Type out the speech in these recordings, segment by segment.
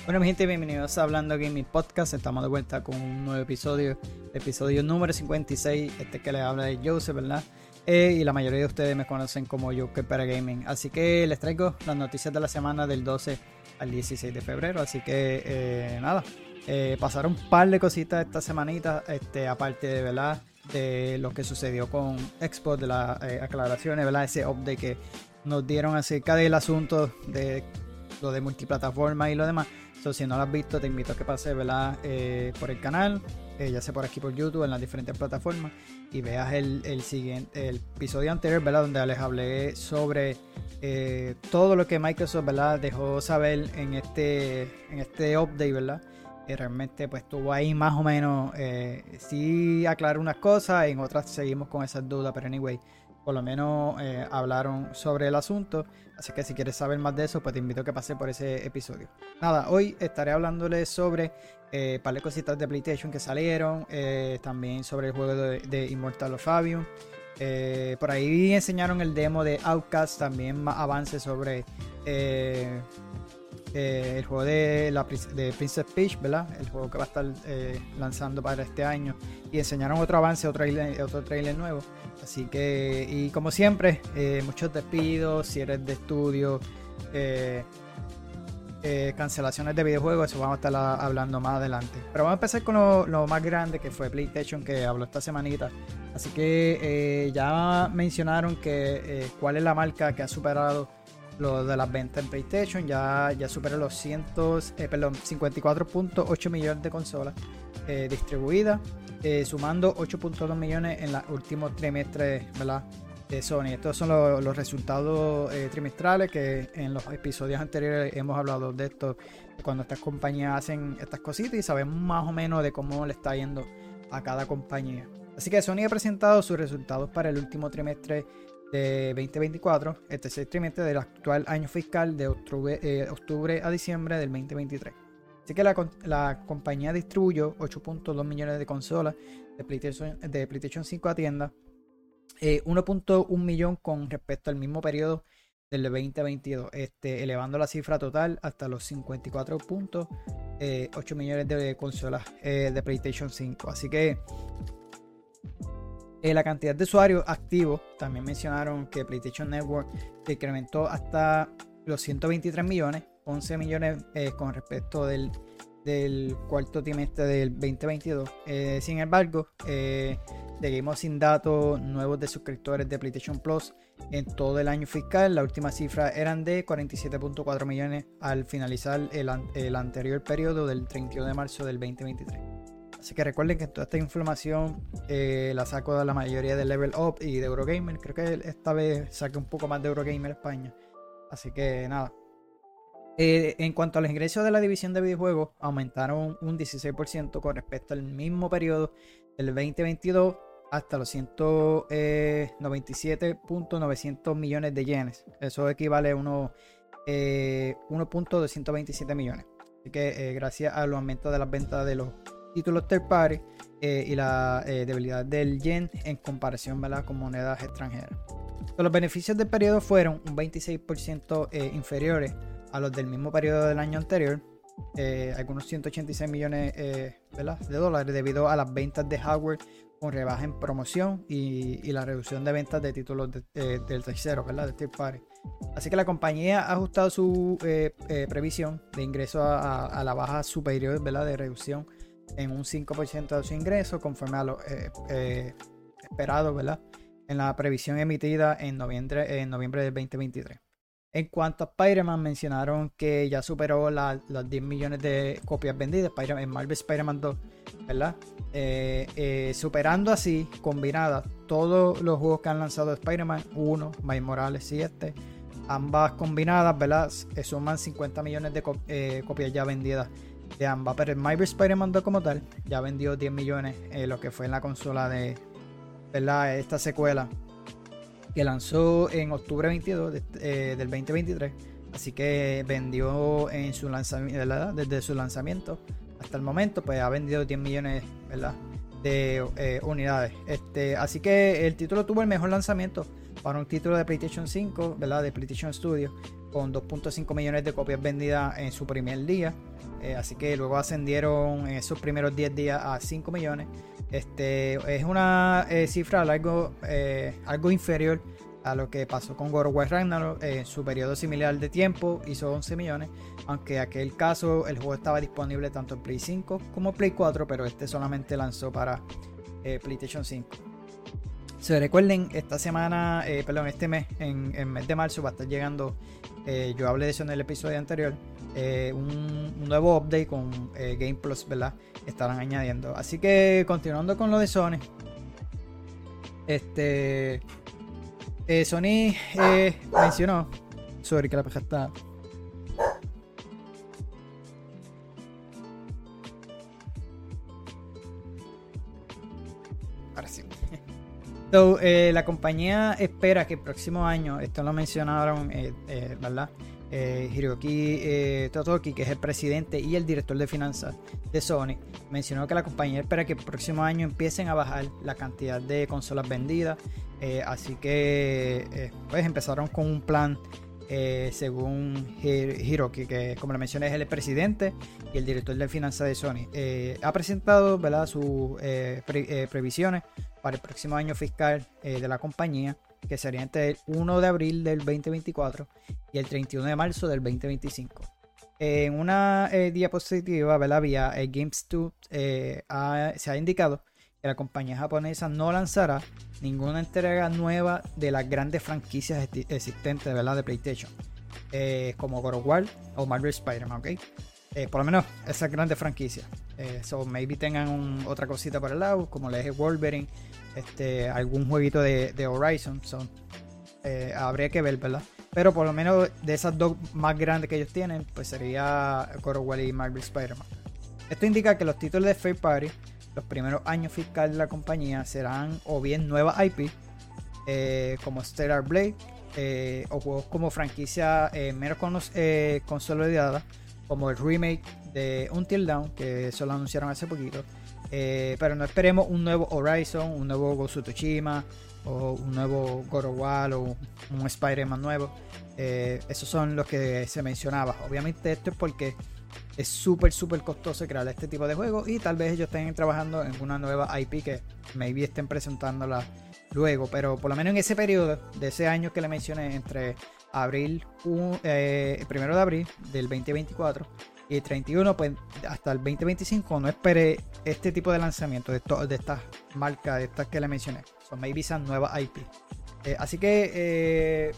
Bueno, mi gente, bienvenidos a Hablando Gaming Podcast. Estamos de vuelta con un nuevo episodio número 56. Que les habla de Joseph, ¿verdad? Y la mayoría de ustedes me conocen como Joker para Gaming. Así que les traigo las noticias de la semana del 12 al 16 de febrero. Así que nada, pasaron un par de cositas esta semanita, aparte de, ¿verdad?, de lo que sucedió con Xbox, de las aclaraciones, ¿verdad?, ese update que nos dieron acerca del asunto de lo de multiplataforma y lo demás. So, si no lo has visto, te invito a que pases, ¿verdad?, por el canal, ya sea por aquí por YouTube, en las diferentes plataformas, y veas el episodio anterior, ¿verdad?, donde les hablé sobre todo lo que Microsoft, ¿verdad?, dejó saber en este update, ¿verdad? Y realmente pues estuvo ahí más o menos, sí aclaró unas cosas, en otras seguimos con esas dudas, pero anyway, por lo menos hablaron sobre el asunto. Así que si quieres saber más de eso, pues te invito a que pases por ese episodio. Nada, hoy estaré hablándoles sobre un par de cositas de PlayStation que salieron, también sobre el juego de Immortal of Avium. Por ahí enseñaron el demo de Outcast, también más avances sobre el juego de Princess Peach, ¿verdad? El juego que va a estar lanzando para este año. Y enseñaron otro avance, otro trailer nuevo. Así que, y como siempre, muchos despidos, cierres de estudio, cancelaciones de videojuegos. Eso vamos a estar hablando más adelante. Pero vamos a empezar con lo más grande, que fue PlayStation, que habló esta semanita. Así que ya mencionaron que cuál es la marca que ha superado lo de las ventas en PlayStation. Ya superó los 54.8 millones de consolas distribuidas, sumando 8.2 millones en los últimos trimestres, ¿verdad?, de Sony. Estos son los resultados trimestrales, que en los episodios anteriores hemos hablado de esto, cuando estas compañías hacen estas cositas y sabemos más o menos de cómo le está yendo a cada compañía. Así que Sony ha presentado sus resultados para el último trimestre de 2024, el tercer trimestre del actual año fiscal, de octubre a diciembre del 2023. Así que la compañía distribuyó 8.2 millones de consolas de PlayStation 5 a tienda, 1.1 millón con respecto al mismo periodo del 2022, elevando la cifra total hasta los 54.8 millones de consolas de PlayStation 5. Así que la cantidad de usuarios activos, también mencionaron que PlayStation Network se incrementó hasta los 123 millones, 11 millones con respecto del cuarto trimestre del 2022. Sin embargo, seguimos sin datos nuevos de suscriptores de PlayStation Plus en todo el año fiscal. La última cifra eran de 47.4 millones al finalizar el anterior periodo del 31 de marzo del 2023. Así que recuerden que toda esta información la saco de la mayoría de Level Up y de Eurogamer. Creo que esta vez saqué un poco más de Eurogamer España. Así que nada. En cuanto a los ingresos de la división de videojuegos, aumentaron un 16% con respecto al mismo periodo del 2022 hasta los 197.900 millones de yenes. Eso equivale a unos 1.227 millones. Así que gracias a los aumentos de las ventas de los títulos third party y la debilidad del yen en comparación, ¿verdad?, con monedas extranjeras. Los beneficios del periodo fueron un 26% inferiores a los del mismo periodo del año anterior, algunos 186 millones ¿verdad?, de dólares, debido a las ventas de hardware con rebaja en promoción y la reducción de ventas de títulos del tercero, ¿verdad?, de third party. Así que la compañía ha ajustado su previsión de ingreso a la baja superior, ¿verdad?, de reducción en un 5% de su ingreso, conforme a lo esperado, ¿verdad?, en la previsión emitida en noviembre del 2023. En cuanto a Spider-Man, mencionaron que ya superó las 10 millones de copias vendidas en Marvel Spider-Man 2, ¿verdad? Superando así, combinadas, todos los juegos que han lanzado de Spider-Man 1, Miles Morales y ambas combinadas, ¿verdad?, suman 50 millones de copias ya vendidas de ambas. Pero el Marvel Spider-Man 2 como tal ya vendió 10 millones, lo que fue en la consola de, ¿verdad?, esta secuela que lanzó en octubre 22 del 2023. Así que vendió en su lanzamiento, ¿verdad?, desde su lanzamiento hasta el momento, pues ha vendido 10 millones, ¿verdad?, de unidades. Así que el título tuvo el mejor lanzamiento para un título de PlayStation 5, ¿verdad? De PlayStation Studio, con 2.5 millones de copias vendidas en su primer día. Así que luego ascendieron en esos primeros 10 días a 5 millones. Es una cifra algo inferior a lo que pasó con God of War Ragnarok. En su periodo similar de tiempo hizo 11 millones, aunque en aquel caso el juego estaba disponible tanto en Play 5 como Play 4, pero solamente lanzó para PlayStation 5. Si recuerden, esta semana, este mes, en mes de marzo, va a estar llegando, yo hablé de eso en el episodio anterior, un nuevo update con Game Plus, ¿verdad? Estarán añadiendo. Así que continuando con lo de Sony, Sony mencionó, sorry que la peja está. Ahora sí. So, la compañía espera que el próximo año, esto lo mencionaron, ¿verdad? Hiroki Totoki, que es el presidente y el director de finanzas de Sony, mencionó que la compañía espera que el próximo año empiecen a bajar la cantidad de consolas vendidas. Así que pues empezaron con un plan, según Hiroki, que como le mencioné es el presidente y el director de finanzas de Sony. Ha presentado, ¿verdad?, sus previsiones para el próximo año fiscal de la compañía, que sería entre el 1 de abril del 2024 y el 31 de marzo del 2025. En una diapositiva, ¿verdad?, vía GameStop, se ha indicado que la compañía japonesa no lanzará ninguna entrega nueva de las grandes franquicias existentes, ¿verdad?, de PlayStation, como God of War o Marvel Spider-Man, ¿ok? Por lo menos esas grandes franquicias. So maybe tengan otra cosita por el lado, como le dije, Wolverine, algún jueguito de Horizon. Habría que ver, ¿verdad? Pero por lo menos de esas dos más grandes que ellos tienen, pues sería God of War y Marvel Spider-Man. Esto indica que los títulos de Third Party, los primeros años fiscales de la compañía, serán o bien nuevas IP, como Stellar Blade, o juegos como franquicia menos consolidada, como el remake de Until Dawn, que eso lo anunciaron hace poquito. Pero no esperemos un nuevo Horizon, un nuevo Ghost of Tsushima, o un nuevo God of War, o un Spider-Man nuevo. Esos son los que se mencionaba. Obviamente esto es porque es súper costoso crear este tipo de juegos, y tal vez ellos estén trabajando en una nueva IP que maybe estén presentándola luego, pero por lo menos en ese periodo de ese año que le mencioné, entre abril, el 1 de abril del 2024 y el 31, pues hasta el 2025, no espere este tipo de lanzamiento de estas marcas, de estas que le mencioné. Son maybe esas nuevas IP. Así que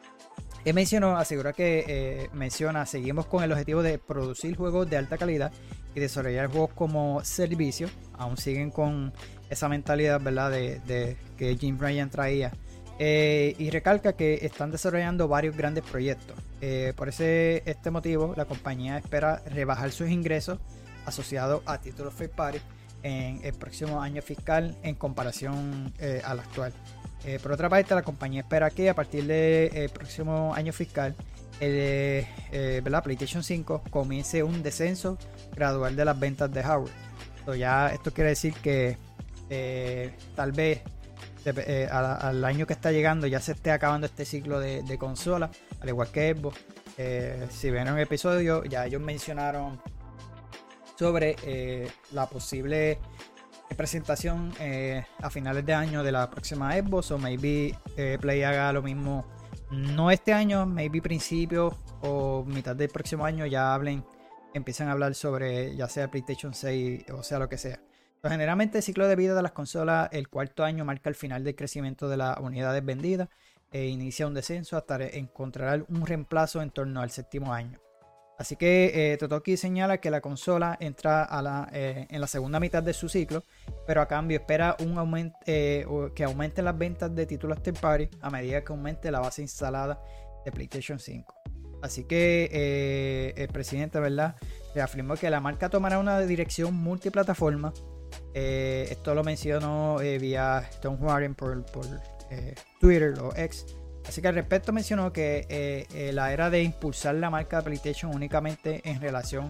menciona, seguimos con el objetivo de producir juegos de alta calidad y desarrollar juegos como servicio. Aún siguen con esa mentalidad, ¿verdad?, de que Jim Ryan traía. Y recalca que están desarrollando varios grandes proyectos. Por este motivo, la compañía espera rebajar sus ingresos asociados a títulos third party en el próximo año fiscal en comparación al actual. Por otra parte, la compañía espera que a partir del próximo año fiscal, ¿verdad?, PlayStation 5 comience un descenso gradual de las ventas de hardware. Esto quiere decir que tal vez al año que está llegando ya se esté acabando este ciclo de consolas, al igual que Xbox. Si ven el episodio, ya ellos mencionaron sobre la posible presentación a finales de año de la próxima Xbox, o maybe Play haga lo mismo, no este año, maybe principio o mitad del próximo año ya empiezan a hablar sobre ya sea PlayStation 6 o sea lo que sea. Pero generalmente el ciclo de vida de las consolas, el cuarto año marca el final del crecimiento de las unidades vendidas e inicia un descenso hasta encontrar un reemplazo en torno al séptimo año. Así que Totoki señala que la consola entra en la segunda mitad de su ciclo, pero a cambio espera que aumenten las ventas de títulos third party a medida que aumente la base instalada de PlayStation 5. Así que el presidente, ¿verdad?, reafirmó que la marca tomará una dirección multiplataforma. Esto lo mencionó vía Tom Warren por Twitter o X. Así que al respecto mencionó que la era de impulsar la marca PlayStation únicamente en relación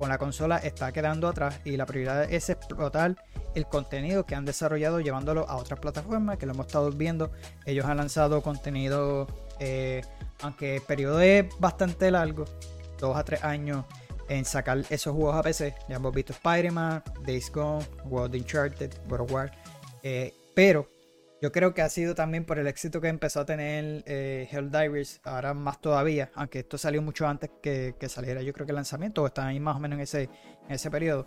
con la consola está quedando atrás y la prioridad es explotar el contenido que han desarrollado llevándolo a otras plataformas, que lo hemos estado viendo. Ellos han lanzado contenido, aunque el periodo es bastante largo, 2 a 3 años en sacar esos juegos a PC. Ya hemos visto Spider-Man, Days Gone, World Uncharted, God of War, pero yo creo que ha sido también por el éxito que empezó a tener Helldivers, ahora más todavía, aunque esto salió mucho antes que saliera, yo creo que el lanzamiento, o está ahí más o menos en ese periodo.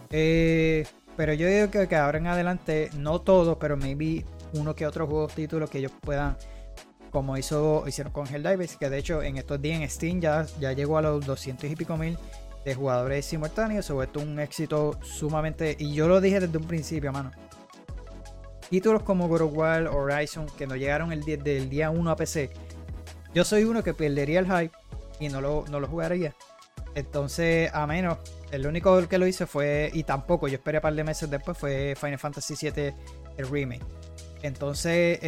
Pero yo digo que ahora en adelante, no todos, pero maybe uno que otro juego, títulos que ellos puedan, como hicieron con Helldivers, que de hecho en estos días en Steam ya llegó a los 200 y pico mil de jugadores simultáneos. Sobre esto un éxito sumamente, y yo lo dije desde un principio, mano. Títulos como God of War, Horizon, que no llegaron del día 1 a PC, yo soy uno que perdería el hype y no lo jugaría. Entonces, a menos, el único que lo hice fue, y tampoco, yo esperé un par de meses después, fue Final Fantasy VII el remake. Entonces,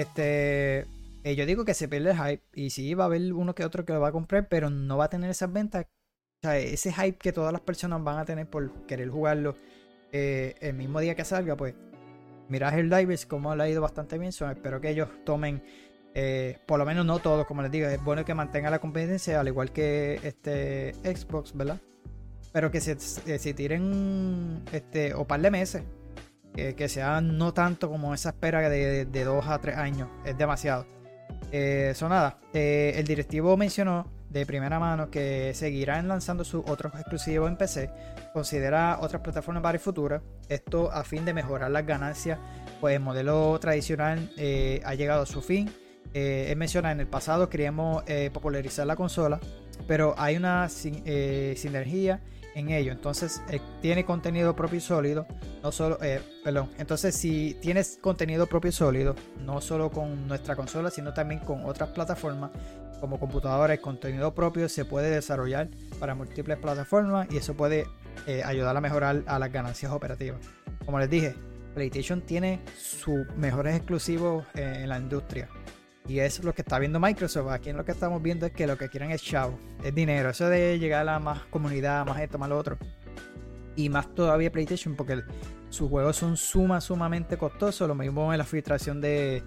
yo digo que se pierde el hype, y sí, va a haber uno que otro que lo va a comprar, pero no va a tener esas ventas. O sea, ese hype que todas las personas van a tener por querer jugarlo el mismo día que salga, pues mira Helldivers como le ha ido bastante bien. Espero que ellos tomen, por lo menos no todos, como les digo, es bueno que mantenga la competencia al igual que Xbox, ¿verdad? Pero que se tiren o par de meses, que sea no tanto como esa espera de 2 a 3 años, es demasiado. Nada, el directivo mencionó de primera mano que seguirán lanzando sus otros exclusivos en PC, considera otras plataformas para el futuro, esto a fin de mejorar las ganancias, pues el modelo tradicional ha llegado a su fin. Él menciona: en el pasado queríamos popularizar la consola, pero hay una sinergia en ello. Entonces tiene contenido propio y sólido, no solo, entonces si tienes contenido propio y sólido, no solo con nuestra consola, sino también con otras plataformas como computadoras, el contenido propio se puede desarrollar para múltiples plataformas y eso puede ayudar a mejorar a las ganancias operativas. Como les dije, PlayStation tiene sus mejores exclusivos en la industria. Y es lo que está viendo Microsoft. Aquí lo que estamos viendo es que lo que quieren es chavo, es dinero. Eso de llegar a más comunidad, más esto, más lo otro. Y más todavía PlayStation, porque sus juegos son sumamente costosos. Lo mismo en la filtración de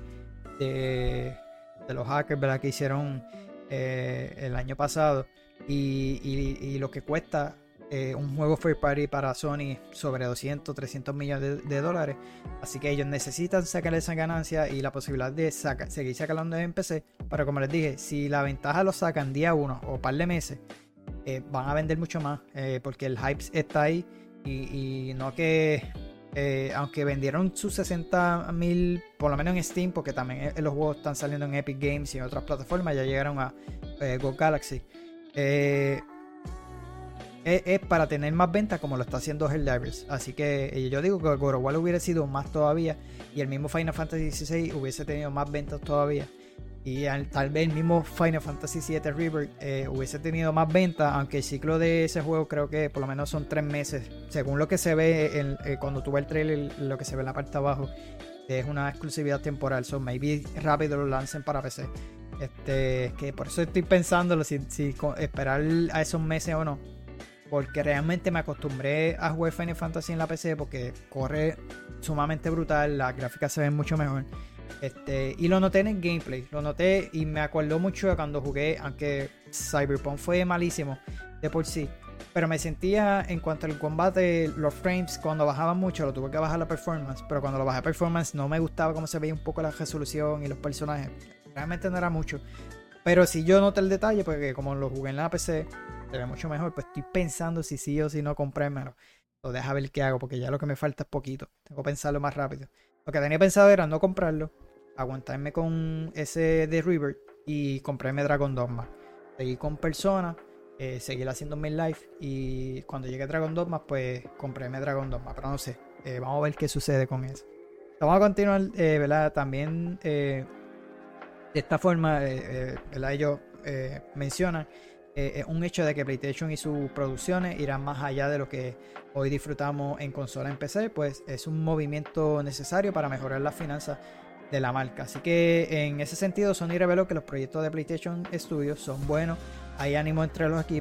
los hackers, ¿verdad? Que hicieron el año pasado. Y lo que cuesta un juego first party para Sony sobre 200, 300 millones de dólares. Así que ellos necesitan sacar esa ganancia y la posibilidad de seguir sacando en PC. Pero como les dije, si la ventaja lo sacan día 1 o par de meses, van a vender mucho más, porque el hype está ahí. Y no que aunque vendieron sus 60.000 por lo menos en Steam, porque también los juegos están saliendo en Epic Games y en otras plataformas, ya llegaron a Go Galaxy. Es para tener más ventas, como lo está haciendo Helldivers. Así que yo digo que God of War hubiera sido más todavía, y el mismo Final Fantasy XVI hubiese tenido más ventas todavía, y tal vez el mismo Final Fantasy VII Rebirth hubiese tenido más ventas, aunque el ciclo de ese juego creo que por lo menos son 3 meses, según lo que se ve cuando tú ves el trailer, lo que se ve en la parte de abajo es una exclusividad temporal. So maybe rápido lo lancen para PC. Que por eso estoy pensándolo, si esperar a esos meses o no, porque realmente me acostumbré a jugar Final Fantasy en la PC porque corre sumamente brutal, las gráficas se ven mucho mejor. Y lo noté en el gameplay, lo noté y me acordó mucho de cuando jugué, aunque Cyberpunk fue malísimo de por sí, pero me sentía, en cuanto al combate, los frames cuando bajaban mucho, lo tuve que bajar la performance, pero cuando lo bajé a performance no me gustaba cómo se veía un poco la resolución y los personajes, realmente no era mucho, pero si yo noté el detalle, porque como lo jugué en la PC se ve mucho mejor, pues estoy pensando si sí o si no comprármelo, o deja ver qué hago, porque ya lo que me falta es poquito, tengo que pensarlo más rápido. Lo que tenía pensado era no comprarlo, aguantarme con ese de Rebirth y comprarme Dragon Dogma, seguir con Persona, seguir haciendo mi live, y cuando llegue Dragon Dogma pues comprarme Dragon Dogma, pero no sé, vamos a ver qué sucede con eso. Vamos a continuar, ¿verdad? También de esta forma, ¿verdad? Ellos mencionan un hecho de que PlayStation y sus producciones irán más allá de lo que hoy disfrutamos en consola en PC, pues es un movimiento necesario para mejorar las finanzas de la marca. Así que en ese sentido Sony reveló que los proyectos de PlayStation Studios son buenos, hay ánimo entre los equipos,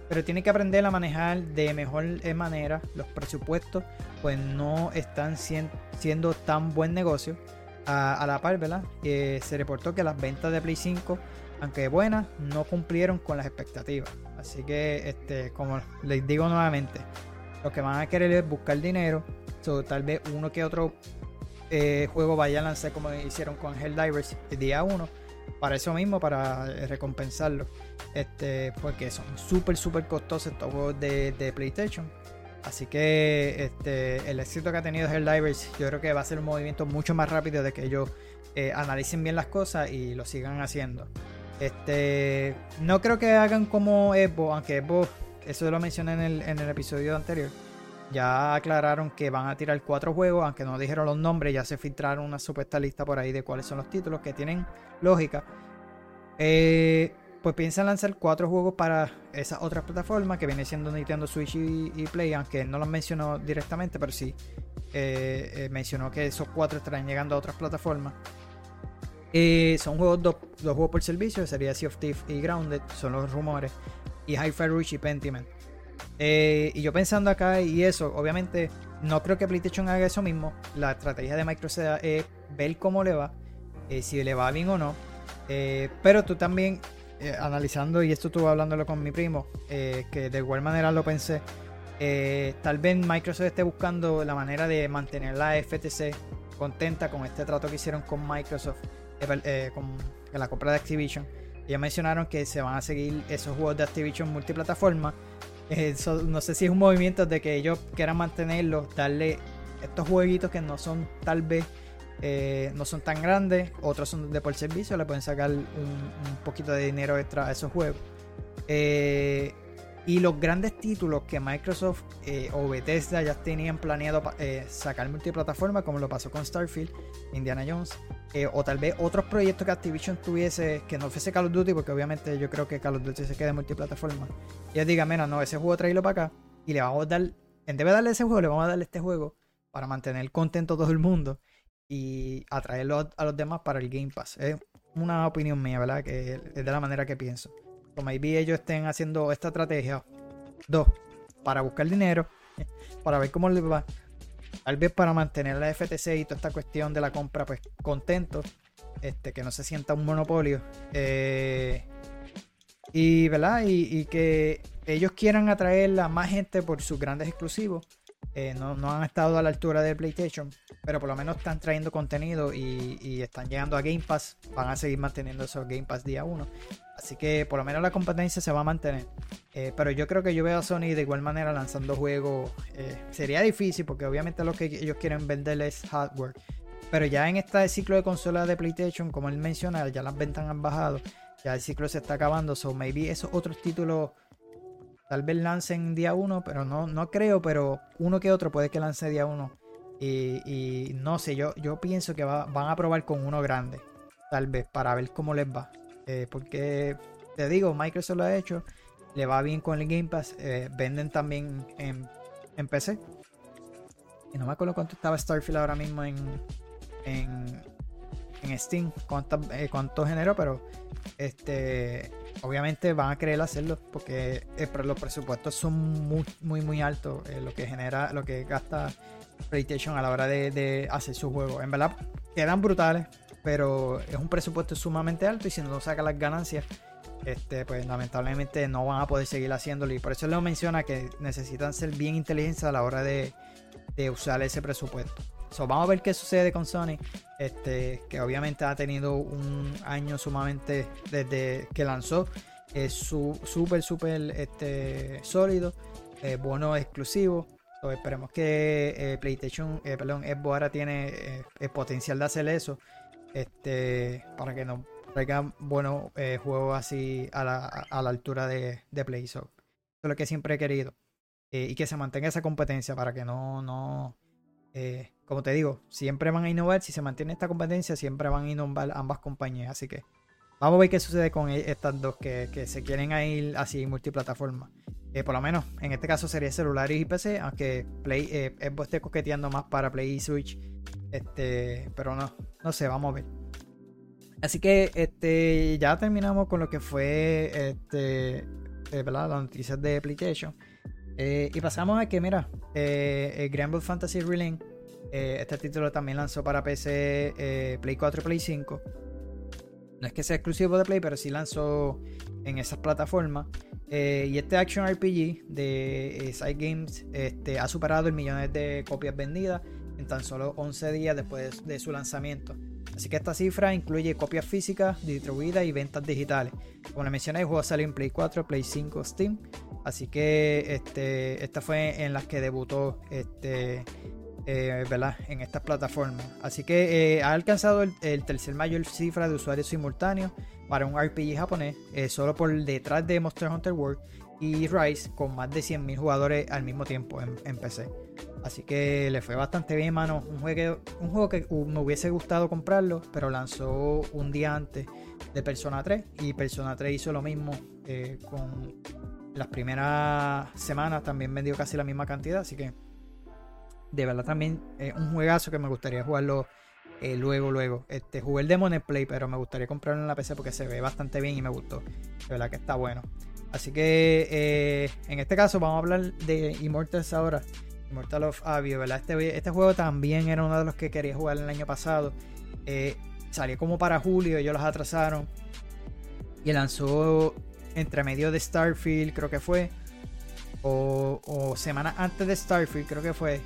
pero tiene que aprender a manejar de mejor manera. Los presupuestos pues no están siendo tan buen negocio. A la par, ¿verdad? Se reportó que las ventas de Play 5, aunque buenas, no cumplieron con las expectativas. Así que, como les digo nuevamente, lo que van a querer es buscar dinero. Tal vez uno que otro juego vaya a lanzar como hicieron con Helldivers el día 1. Para eso mismo, para recompensarlo. Porque son súper costosos estos juegos de PlayStation. Así que el éxito que ha tenido Helldivers, yo creo que va a ser un movimiento mucho más rápido de que ellos analicen bien las cosas y lo sigan haciendo. No creo que hagan como Xbox, aunque Xbox, eso lo mencioné en el episodio anterior. Ya aclararon que van a tirar 4 juegos, aunque no dijeron los nombres, ya se filtraron una supuesta lista por ahí de cuáles son los títulos que tienen lógica. Pues piensan lanzar 4 juegos para esas otras plataformas que viene siendo Nintendo Switch y Play, aunque no los mencionó directamente, pero sí mencionó que esos 4 estarán llegando a otras plataformas. Son juegos, dos juegos por servicio, sería Sea of Thieves y Grounded, son los rumores, y Hi-Fi Rush y Pentiment. Y yo pensando acá y eso, obviamente no creo que PlayStation haga eso mismo. La estrategia de Microsoft es ver cómo le va, si le va bien o no. Pero tú también analizando, y esto estuve hablándolo con mi primo, que de igual manera lo pensé, tal vez Microsoft esté buscando la manera de mantener la FTC contenta con este trato que hicieron con Microsoft, con la compra de Activision. Ellos mencionaron que se van a seguir esos juegos de Activision multiplataforma. No sé si es un movimiento de que ellos quieran mantenerlos, darle estos jueguitos que no son tal vez no son tan grandes, otros son de por servicio, le pueden sacar un poquito de dinero extra a esos juegos. Y los grandes títulos que Microsoft o Bethesda ya tenían planeado sacar multiplataforma, como lo pasó con Starfield, Indiana Jones, o tal vez otros proyectos que Activision tuviese que no fuese Call of Duty, porque obviamente yo creo que Call of Duty se quede multiplataforma. Y ellos digan, mira, no, ese juego tráelo para acá y le vamos a dar, en vez de darle ese juego, le vamos a darle este juego para mantener contento a todo el mundo y atraerlo a los demás para el Game Pass. Es una opinión mía, ¿verdad? Que es de la manera que pienso. So maybe ellos estén haciendo esta estrategia, 2, para buscar dinero, para ver cómo les va, tal vez para mantener la FTC y toda esta cuestión de la compra pues contento, que no se sienta un monopolio, y ¿verdad? Y que ellos quieran atraer a más gente por sus grandes exclusivos. No han estado a la altura de PlayStation, pero por lo menos están trayendo contenido y están llegando a Game Pass. Van a seguir manteniendo esos Game Pass día 1, así que por lo menos la competencia se va a mantener. Pero yo creo que yo veo a Sony de igual manera lanzando juegos. Sería difícil porque obviamente lo que ellos quieren vender es hardware, pero ya en este ciclo de consolas de PlayStation, como él menciona, ya las ventas han bajado, ya el ciclo se está acabando, so maybe esos otros títulos tal vez lancen día 1, pero no creo, pero uno que otro puede que lance día 1. Y no sé, yo pienso que van a probar con uno grande, tal vez, para ver cómo les va. Porque, te digo, Microsoft lo ha hecho, le va bien con el Game Pass, venden también en PC. Y no me acuerdo cuánto estaba Starfield ahora mismo en Steam, cuánto generó, pero obviamente van a querer hacerlo porque los presupuestos son muy altos, lo que gasta PlayStation a la hora de hacer sus juegos. En verdad quedan brutales, pero es un presupuesto sumamente alto y si no saca las ganancias, pues lamentablemente no van a poder seguir haciéndolo, y por eso les menciona que necesitan ser bien inteligentes a la hora de usar ese presupuesto. So, vamos a ver qué sucede con Sony, que obviamente ha tenido un año sumamente desde que lanzó, súper sólido, bueno, exclusivo. So, esperemos que Xbox ahora tiene el potencial de hacer eso, para que nos traigan buenos juegos así a la altura de Play. So, eso es lo que siempre he querido, y que se mantenga esa competencia para que como te digo, siempre van a innovar. Si se mantiene esta competencia, siempre van a innovar ambas compañías. Así que vamos a ver qué sucede con estas dos que se quieren ir así multiplataforma. Por lo menos en este caso sería celulares y PC, aunque Xbox esté coqueteando más para Play y Switch. Pero no sé, vamos a ver. Así que ya terminamos con lo que fue ¿verdad? Las noticias de PlayStation. Y pasamos a que, mira, Granblue Fantasy Relink, este título también lanzó para PC, Play 4 y Play 5. No es que sea exclusivo de Play, pero sí lanzó en esas plataformas. Y este Action RPG de Side Games ha superado el millones de copias vendidas en tan solo 11 días después de su lanzamiento. Así que esta cifra incluye copias físicas, distribuidas y ventas digitales. Como les mencioné, el juego salió en Play 4, Play 5, Steam. Así que esta fue en las que debutó ¿verdad? En estas plataformas. Así que ha alcanzado el tercer mayor cifra de usuarios simultáneos para un RPG japonés, solo por detrás de Monster Hunter World y Rise, con más de 100.000 jugadores al mismo tiempo en PC. Así que le fue bastante bien, mano. Un juego que me hubiese gustado comprarlo, pero lanzó un día antes de Persona 3 y Persona 3 hizo lo mismo. Con las primeras semanas también vendió casi la misma cantidad, así que de verdad también un juegazo que me gustaría jugarlo luego. Jugué el demo en el Play, pero me gustaría comprarlo en la PC porque se ve bastante bien y me gustó. De verdad que está bueno. Así que en este caso vamos a hablar de Immortals ahora. Immortal of Avio, ¿verdad? Este juego también era uno de los que quería jugar el año pasado. Salió como para julio, ellos los atrasaron. Y lanzó entre medio de Starfield, creo que fue. O semanas antes de Starfield, creo que fue.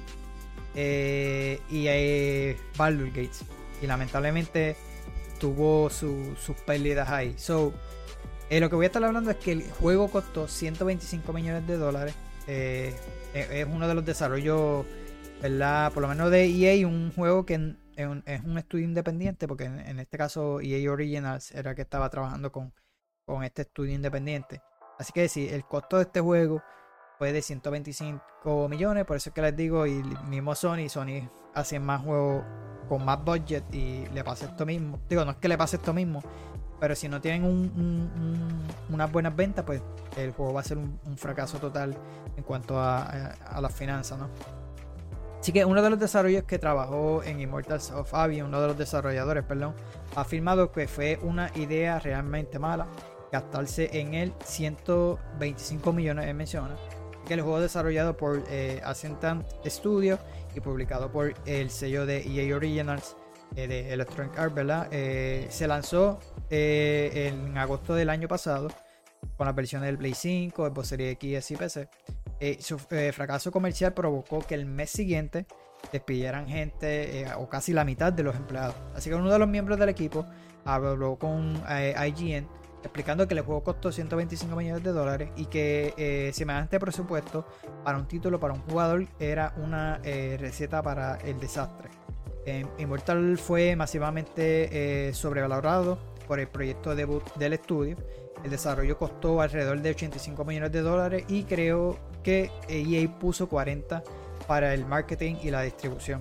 Y Baldur's Gate. Y lamentablemente tuvo sus pérdidas ahí. Lo que voy a estar hablando es que el juego costó $125 millones. Es uno de los desarrollos, ¿verdad? Por lo menos de EA, un juego que es un estudio independiente, porque en este caso EA Originals era que estaba trabajando con este estudio independiente. Así que sí, el costo de este juego fue de 125 millones, por eso es que les digo, y mismo Sony hace más juegos con más budget y le pasa esto mismo. Digo, no es que le pase esto mismo, pero si no tienen unas buenas ventas, pues el juego va a ser un fracaso total en cuanto a las finanzas, ¿no? Así que uno de los desarrollos que trabajó en Immortals of Avio, uno de los desarrolladores, perdón, ha afirmado que fue una idea realmente mala gastarse en él 125 millones, menciona, que el juego desarrollado por Ascendant Studios y publicado por el sello de EA Originals de Electronic Arts, ¿verdad? Se lanzó en agosto del año pasado con las versiones del Play 5, Xbox Series X y PC. Su fracaso comercial provocó que el mes siguiente despidieran gente, o casi la mitad de los empleados. Así que uno de los miembros del equipo habló con IGN explicando que el juego costó $125 millones y que semejante presupuesto para un título para un jugador era una receta para el desastre. Immortal fue masivamente sobrevalorado por el proyecto debut del estudio. El desarrollo costó alrededor de $85 millones y creo que EA puso 40 para el marketing y la distribución.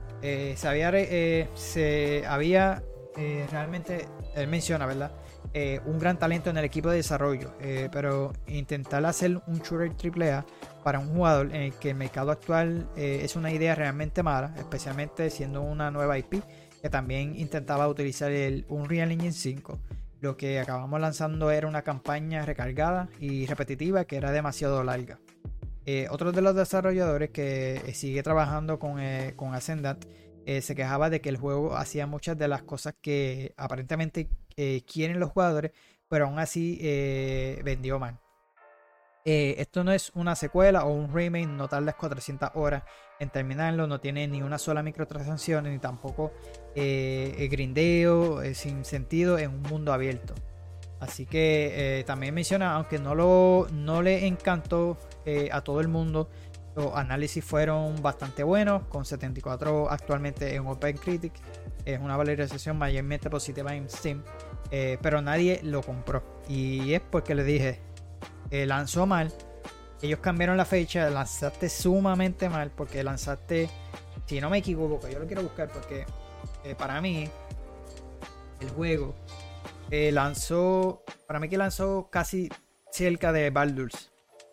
Realmente, él menciona, ¿verdad? Un gran talento en el equipo de desarrollo, pero intentar hacer un shooter AAA para un jugador en el que el mercado actual es una idea realmente mala, especialmente siendo una nueva IP que también intentaba utilizar el Unreal Engine 5. Lo que acabamos lanzando era una campaña recargada y repetitiva que era demasiado larga. Otro de los desarrolladores que sigue trabajando con Ascendant se quejaba de que el juego hacía muchas de las cosas que aparentemente quieren los jugadores, pero aún así vendió mal. Esto no es una secuela o un remake, no tardas 400 horas en terminarlo, no tiene ni una sola microtransacción ni tampoco grindeo sin sentido en un mundo abierto. Así que también menciona, aunque no le encantó a todo el mundo, los análisis fueron bastante buenos, con 74 actualmente en OpenCritic. Es una valorización mayormente positiva en Steam, pero nadie lo compró. Y es porque le dije, lanzó mal. Ellos cambiaron la fecha, lanzaste sumamente mal, porque lanzaste, si no me equivoco, yo lo quiero buscar porque para mí el juego lanzó casi cerca de Baldur's.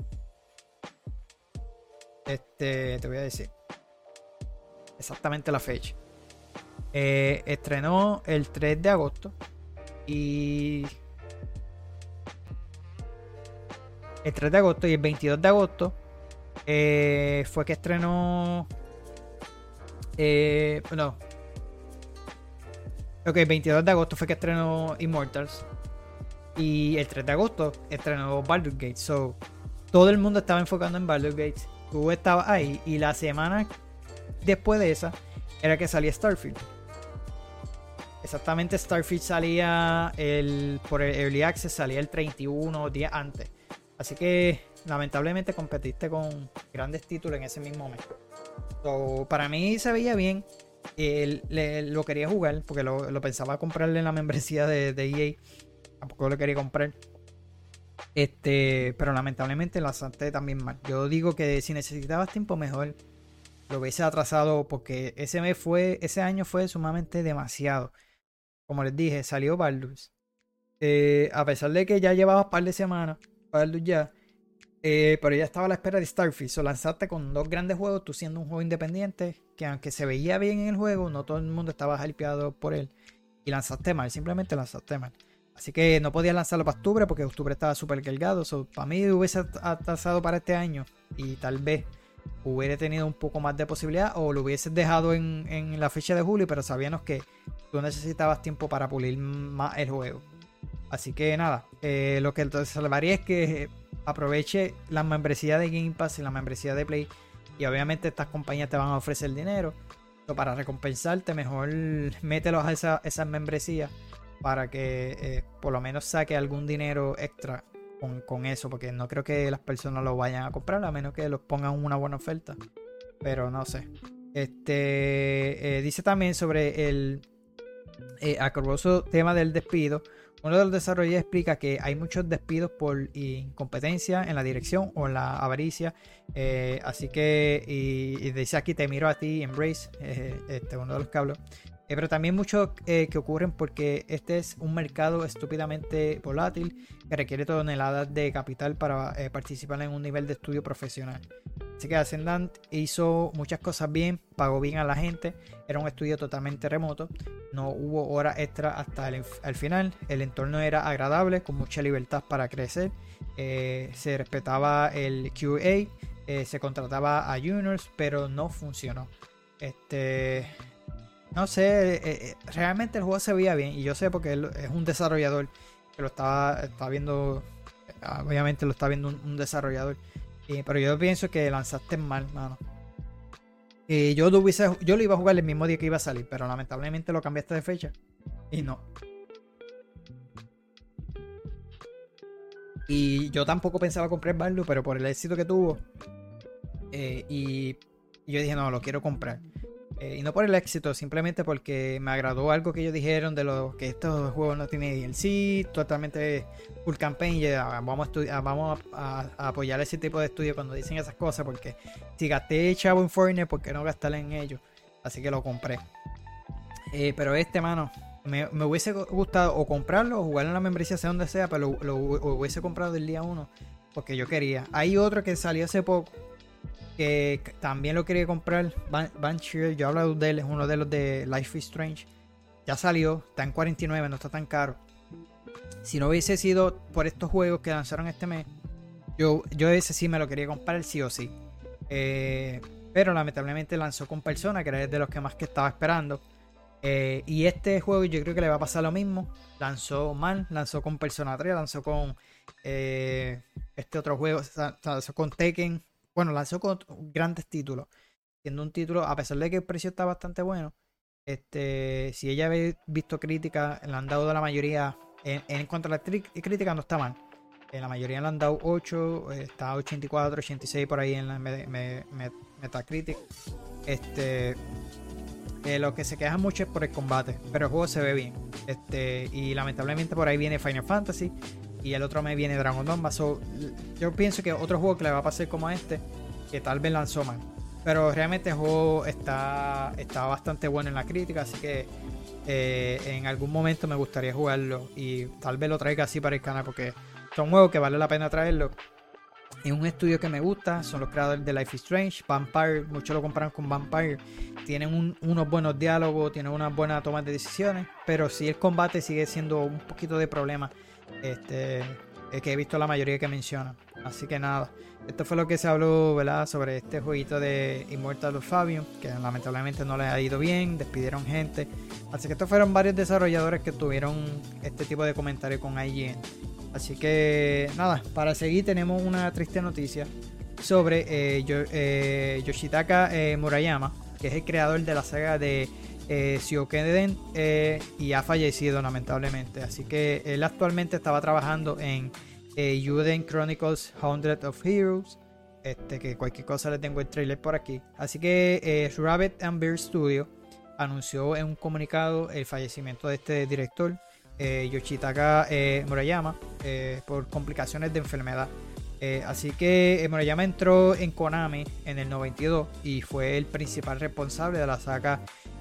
Te voy a decir exactamente la fecha. Estrenó el 3 de agosto y el 3 de agosto y el 22 de agosto fue que estrenó. No. Ok, el 22 de agosto fue que estrenó Immortals. Y el 3 de agosto estrenó Baldur's Gate. So, todo el mundo estaba enfocando en Baldur's Gate. Tú estabas ahí. Y la semana después de esa era que salía Starfield. Exactamente, Starfield salía por el Early Access, salía el 31 días antes. Así que lamentablemente competiste con grandes títulos en ese mismo mes. So, para mí se veía bien. Lo quería jugar porque lo pensaba comprarle en la membresía de EA. Tampoco lo quería comprar. Pero lamentablemente lanzaste también mal. Yo digo que si necesitabas tiempo mejor lo hubiese atrasado porque ese año fue sumamente demasiado. Como les dije, salió Baldur's. A pesar de que ya llevabas un par de semanas, Baldur's ya. Pero ya estaba a la espera de Starfield. So lanzaste con dos grandes juegos, tú siendo un juego independiente, que aunque se veía bien en el juego, no todo el mundo estaba hypeado por él. Y lanzaste mal, simplemente lanzaste mal. Así que no podías lanzarlo para octubre porque octubre estaba súper cargado. So, para mí hubiese atrasado para este año y tal vez hubiera tenido un poco más de posibilidad o lo hubieses dejado en la fecha de julio, pero sabíamos que tú necesitabas tiempo para pulir más el juego. Así que nada, lo que entonces salvaría es que aproveche la membresía de Game Pass y la membresía de Play y obviamente estas compañías te van a ofrecer dinero. So, para recompensarte mejor mételos a esas membresías para que por lo menos saque algún dinero extra con eso, porque no creo que las personas lo vayan a comprar a menos que los pongan una buena oferta, pero no sé. Dice también sobre el acoroso tema del despido. Uno de los desarrolladores explica que hay muchos despidos por incompetencia en la dirección o en la avaricia, así que y dice aquí te miro a ti, Embrace, uno de los que hablo. Pero también muchos que ocurren porque este es un mercado estúpidamente volátil que requiere toneladas de capital para participar en un nivel de estudio profesional. Así que Ascendant hizo muchas cosas bien, pagó bien a la gente, era un estudio totalmente remoto, no hubo horas extra hasta el final, el entorno era agradable, con mucha libertad para crecer, se respetaba el QA, se contrataba a juniors, pero no funcionó. No sé, realmente el juego se veía bien y yo sé porque él es un desarrollador que lo está viendo, obviamente lo está viendo un desarrollador, pero yo pienso que lanzaste mal, mano. Yo lo iba a jugar el mismo día que iba a salir, pero lamentablemente lo cambiaste de fecha y no. Y yo tampoco pensaba comprar Barlu, pero por el éxito que tuvo, y yo dije no, lo quiero comprar. Y no por el éxito, simplemente porque me agradó algo que ellos dijeron de lo que estos juegos no tienen DLC, totalmente full campaign. Y vamos a apoyar ese tipo de estudio cuando dicen esas cosas, porque si gasté chavo en Fortnite, ¿por qué no gastarle en ellos? Así que lo compré. Pero mano, me hubiese gustado o comprarlo o jugarlo en la membresía, sea donde sea, pero lo hubiese comprado del día 1 porque yo quería. Hay otro que salió hace poco que también lo quería comprar, Banshee. Yo he hablado de él, es uno de los de Life is Strange. Ya salió, está en 49, no está tan caro. Si no hubiese sido por estos juegos que lanzaron este mes, yo ese sí me lo quería comprar sí o sí. Pero lamentablemente lanzó con Persona, que era de los que más que estaba esperando. Y este juego yo creo que le va a pasar lo mismo. Lanzó mal, lanzó con Persona 3, lanzó con este otro juego, lanzó con Tekken. Bueno, lanzó con grandes títulos. Siendo un título, a pesar de que el precio está bastante bueno, si ella habéis visto críticas, le han dado la mayoría, en cuanto a la crítica no está mal. La mayoría le han dado 8, está 84, 86 por ahí en la Metacritic. Lo que se queja mucho es por el combate, pero el juego se ve bien. Y lamentablemente por ahí viene Final Fantasy. Y el otro mes viene Dragon Dogma. Yo pienso que otro juego que le va a pasar como que tal vez lanzó mal. Pero realmente el juego está bastante bueno en la crítica. Así que en algún momento me gustaría jugarlo. Y tal vez lo traiga así para el canal. Porque son juegos que vale la pena traerlo. Es un estudio que me gusta. Son los creadores de Life is Strange. Vampire, muchos lo comparan con Vampire. Tienen unos buenos diálogos. Tienen unas buenas tomas de decisiones. Pero sí el combate sigue siendo un poquito de problema. Que he visto la mayoría que mencionan. Así que nada, esto fue lo que se habló, ¿verdad? Sobre este jueguito de Immortal of Fabium, que lamentablemente no les ha ido bien, despidieron gente. Así que estos fueron varios desarrolladores que tuvieron este tipo de comentarios con IGN. Así que nada, para seguir tenemos una triste noticia sobre Yoshitaka Murayama, que es el creador de la saga de Suikoden, y ha fallecido lamentablemente. Así que él actualmente estaba trabajando en Eiyuden Chronicles 100 of Heroes, que cualquier cosa le tengo el trailer por aquí. Así que Rabbit and Bear Studio anunció en un comunicado el fallecimiento de este director, Yoshitaka Murayama, por complicaciones de enfermedad. Así que Murayama entró en Konami en el 92 y fue el principal responsable de la saga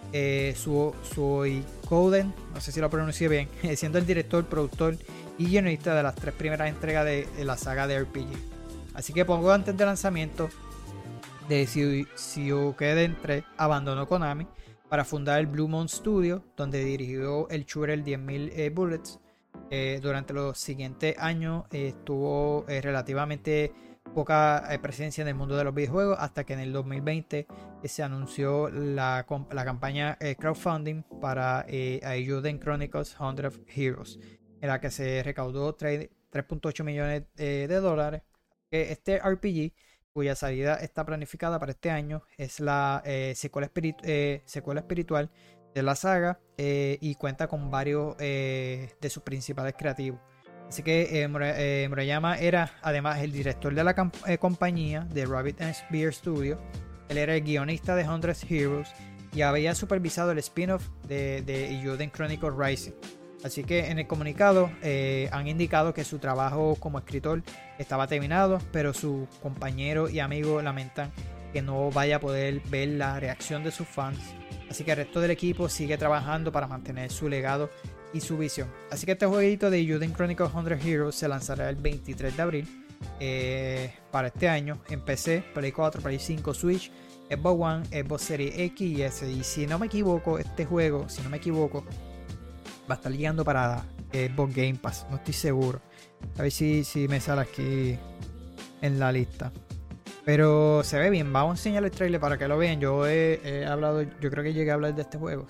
Suikoden, no sé si lo pronuncié bien, siendo el director, productor y guionista de las 3 primeras entregas de la saga de RPG. Así que poco antes del lanzamiento de Suikoden 3 abandonó Konami para fundar el Blue Moon Studio, donde dirigió el shooter 10.000 Bullets. Durante los siguientes años tuvo relativamente poca presencia en el mundo de los videojuegos, hasta que en el 2020 se anunció la campaña crowdfunding para Eiyuden Chronicles 100 Heroes, en la que se recaudó 3.8 millones de dólares. Este RPG, cuya salida está planificada para este año, es la secuela espiritual de la saga, y cuenta con varios de sus principales creativos. Así que Murayama era además el director de la compañía de Rabbit and Bear Studio. Él era el guionista de 100 Heroes y había supervisado el spin-off de Eiyuden Chronicles Rising. Así que en el comunicado han indicado que su trabajo como escritor estaba terminado, pero su compañero y amigo lamentan que no vaya a poder ver la reacción de sus fans. Así que el resto del equipo sigue trabajando para mantener su legado y su visión. Así que este jueguito de Eiyuden Chronicles 100 Heroes se lanzará el 23 de abril para este año en PC, Play 4, Play 5, Switch, Xbox One, Xbox Series X y S. Y si no me equivoco, este juego, va a estar llegando para Xbox Game Pass. No estoy seguro. A ver si me sale aquí en la lista. Pero se ve bien. Vamos a enseñar el trailer para que lo vean. Yo he hablado, yo creo que llegué a hablar de este juego.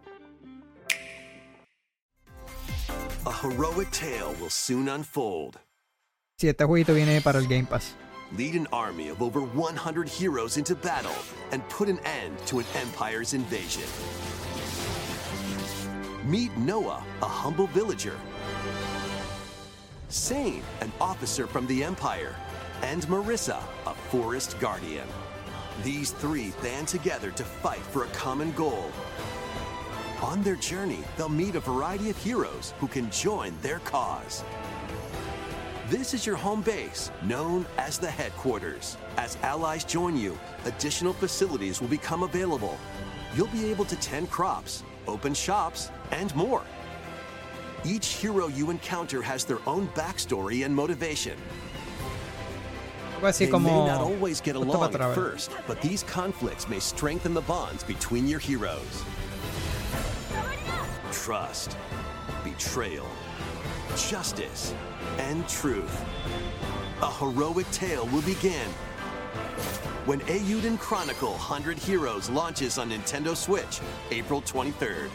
A heroic tale will soon unfold. Sí, este jueguito viene para el Game Pass. Lead an army of over 100 heroes into battle and put an end to an empire's invasion. Meet Noah, a humble villager. Sane, an officer from the Empire. And Marissa, a forest guardian. These 3 band together to fight for a common goal. On their journey, they'll meet a variety of heroes who can join their cause. This is your home base, known as the headquarters. As allies join you, additional facilities will become available. You'll be able to tend crops, open shops, and more. Each hero you encounter has their own backstory and motivation. They may not always get along at first, but these conflicts may strengthen the bonds between your heroes. Trust, betrayal, justice, and truth. A heroic tale will begin when Eiyuden Chronicle 100 Heroes launches on Nintendo Switch, April 23rd.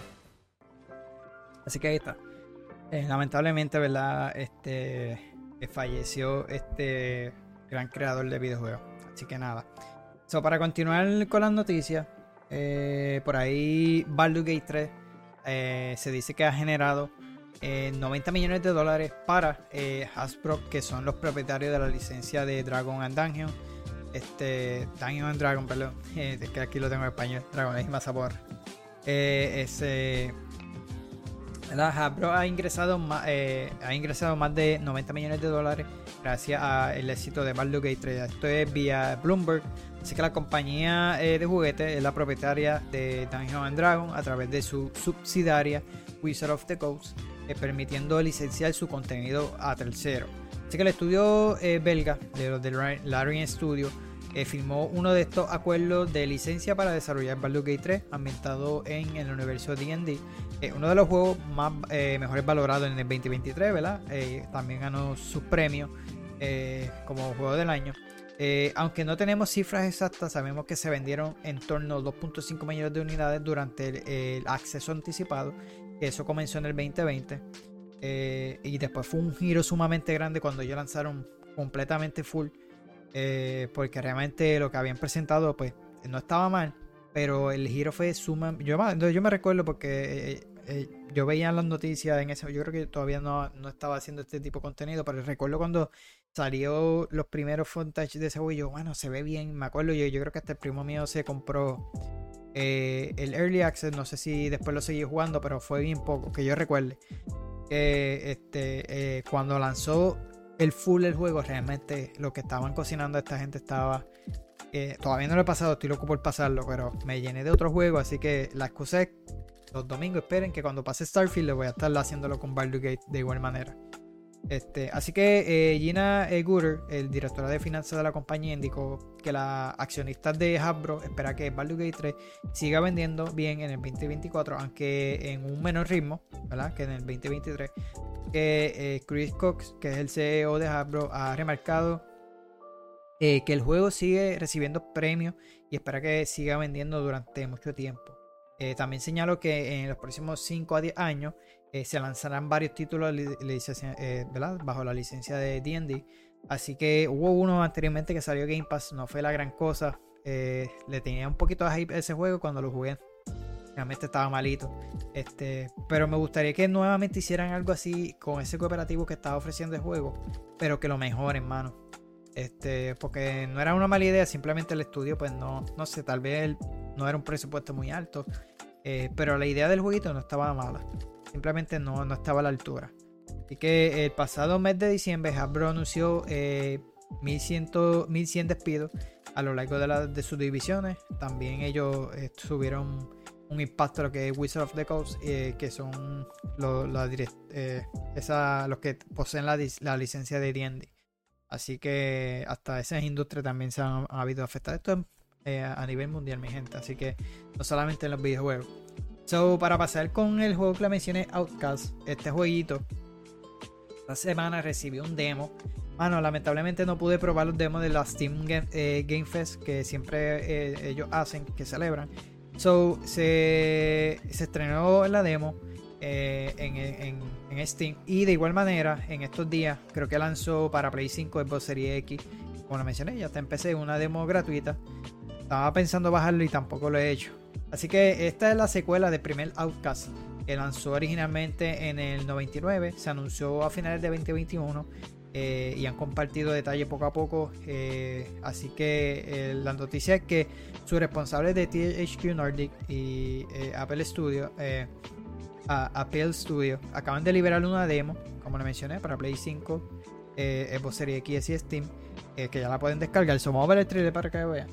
Así que ahí está. Lamentablemente, ¿verdad? Falleció este gran creador de videojuegos. Así que nada. Para continuar con las noticias, por ahí Baldur's Gate 3 se dice que ha generado 90 millones de dólares para Hasbro, que son los propietarios de la licencia de Dragon and Dungeon. Dungeon and Dragon, perdón. Es que aquí lo tengo en español. Dragon es más sabor. Hasbro ha ingresado más de 90 millones de dólares gracias al éxito de Baldur's Gate 3. Esto es vía Bloomberg. Así que la compañía de juguetes es la propietaria de Dungeons and Dragons a través de su subsidiaria Wizard of the Coast, permitiendo licenciar su contenido a terceros. Así que el estudio belga de los de Larian Studio firmó uno de estos acuerdos de licencia para desarrollar Baldur's Gate 3 ambientado en el universo D&D, uno de los juegos más mejores valorados en el 2023, ¿verdad? También ganó sus premios como juego del año. Aunque no tenemos cifras exactas, sabemos que se vendieron en torno a 2.5 millones de unidades durante el acceso anticipado, que eso comenzó en el 2020. Y después fue un giro sumamente grande cuando ellos lanzaron completamente full, porque realmente lo que habían presentado pues no estaba mal, pero el giro fue sumamente... Yo me recuerdo porque yo veía las noticias en ese... Yo creo que todavía no estaba haciendo este tipo de contenido, pero recuerdo cuando salió los primeros footage de ese juego y yo, bueno, se ve bien, me acuerdo, yo creo que hasta el primo mío se compró el Early Access, no sé si después lo seguí jugando, pero fue bien poco, que yo recuerde. Cuando lanzó el full el juego, realmente lo que estaban cocinando esta gente estaba... todavía no lo he pasado, estoy loco por pasarlo, pero me llené de otro juego, así que la excusa es los domingos, esperen que cuando pase Starfield le voy a estar haciéndolo con Baldur's Gate de igual manera. Así que Gina Gooder, el director de finanzas de la compañía, indicó que las accionistas de Hasbro espera que Baldur's Gate 3 siga vendiendo bien en el 2024, aunque en un menor ritmo, ¿verdad?, que en el 2023. Que Chris Cox, que es el CEO de Hasbro, ha remarcado que el juego sigue recibiendo premios y espera que siga vendiendo durante mucho tiempo. También señaló que en los próximos 5 a 10 años se lanzarán varios títulos ¿verdad?, bajo la licencia de D&D. Así que hubo uno anteriormente que salió Game Pass, no fue la gran cosa. Le tenía un poquito de hype a ese juego cuando lo jugué. Realmente estaba malito. Pero me gustaría que nuevamente hicieran algo así con ese cooperativo que estaba ofreciendo el juego, pero que lo mejoren, mano. Porque no era una mala idea, simplemente el estudio, pues no sé, tal vez no era un presupuesto muy alto, pero la idea del jueguito no estaba mala, simplemente no estaba a la altura. Así que el pasado mes de diciembre Hasbro anunció 1100 despidos a lo largo de sus divisiones. También ellos tuvieron un impacto a lo que es Wizards of the Coast, que son los que poseen la licencia de D&D. Así que hasta esas industrias también se han habido afectadas. Esto a nivel mundial, mi gente. Así que no solamente en los videojuegos. Para pasar con el juego que le mencioné, Outcast, este jueguito, esta semana recibió un demo. Mano, lamentablemente no pude probar los demos de la Steam Game Fest que siempre ellos hacen, que celebran. Se estrenó la demo en Steam, y de igual manera en estos días creo que lanzó para Play 5, Xbox Series X, como lo mencioné, ya está en PC, una demo gratuita. Estaba pensando bajarlo y tampoco lo he hecho. Así que esta es la secuela del primer Outcast, que lanzó originalmente en el 99, se anunció a finales de 2021, y han compartido detalles poco a poco. Así que la noticia es que sus responsables de THQ Nordic y Apple Studio acaban de liberar una demo, como le mencioné, para Play 5, Xbox Series X y Steam, que ya la pueden descargar. Vamos a ver el trailer para que vean.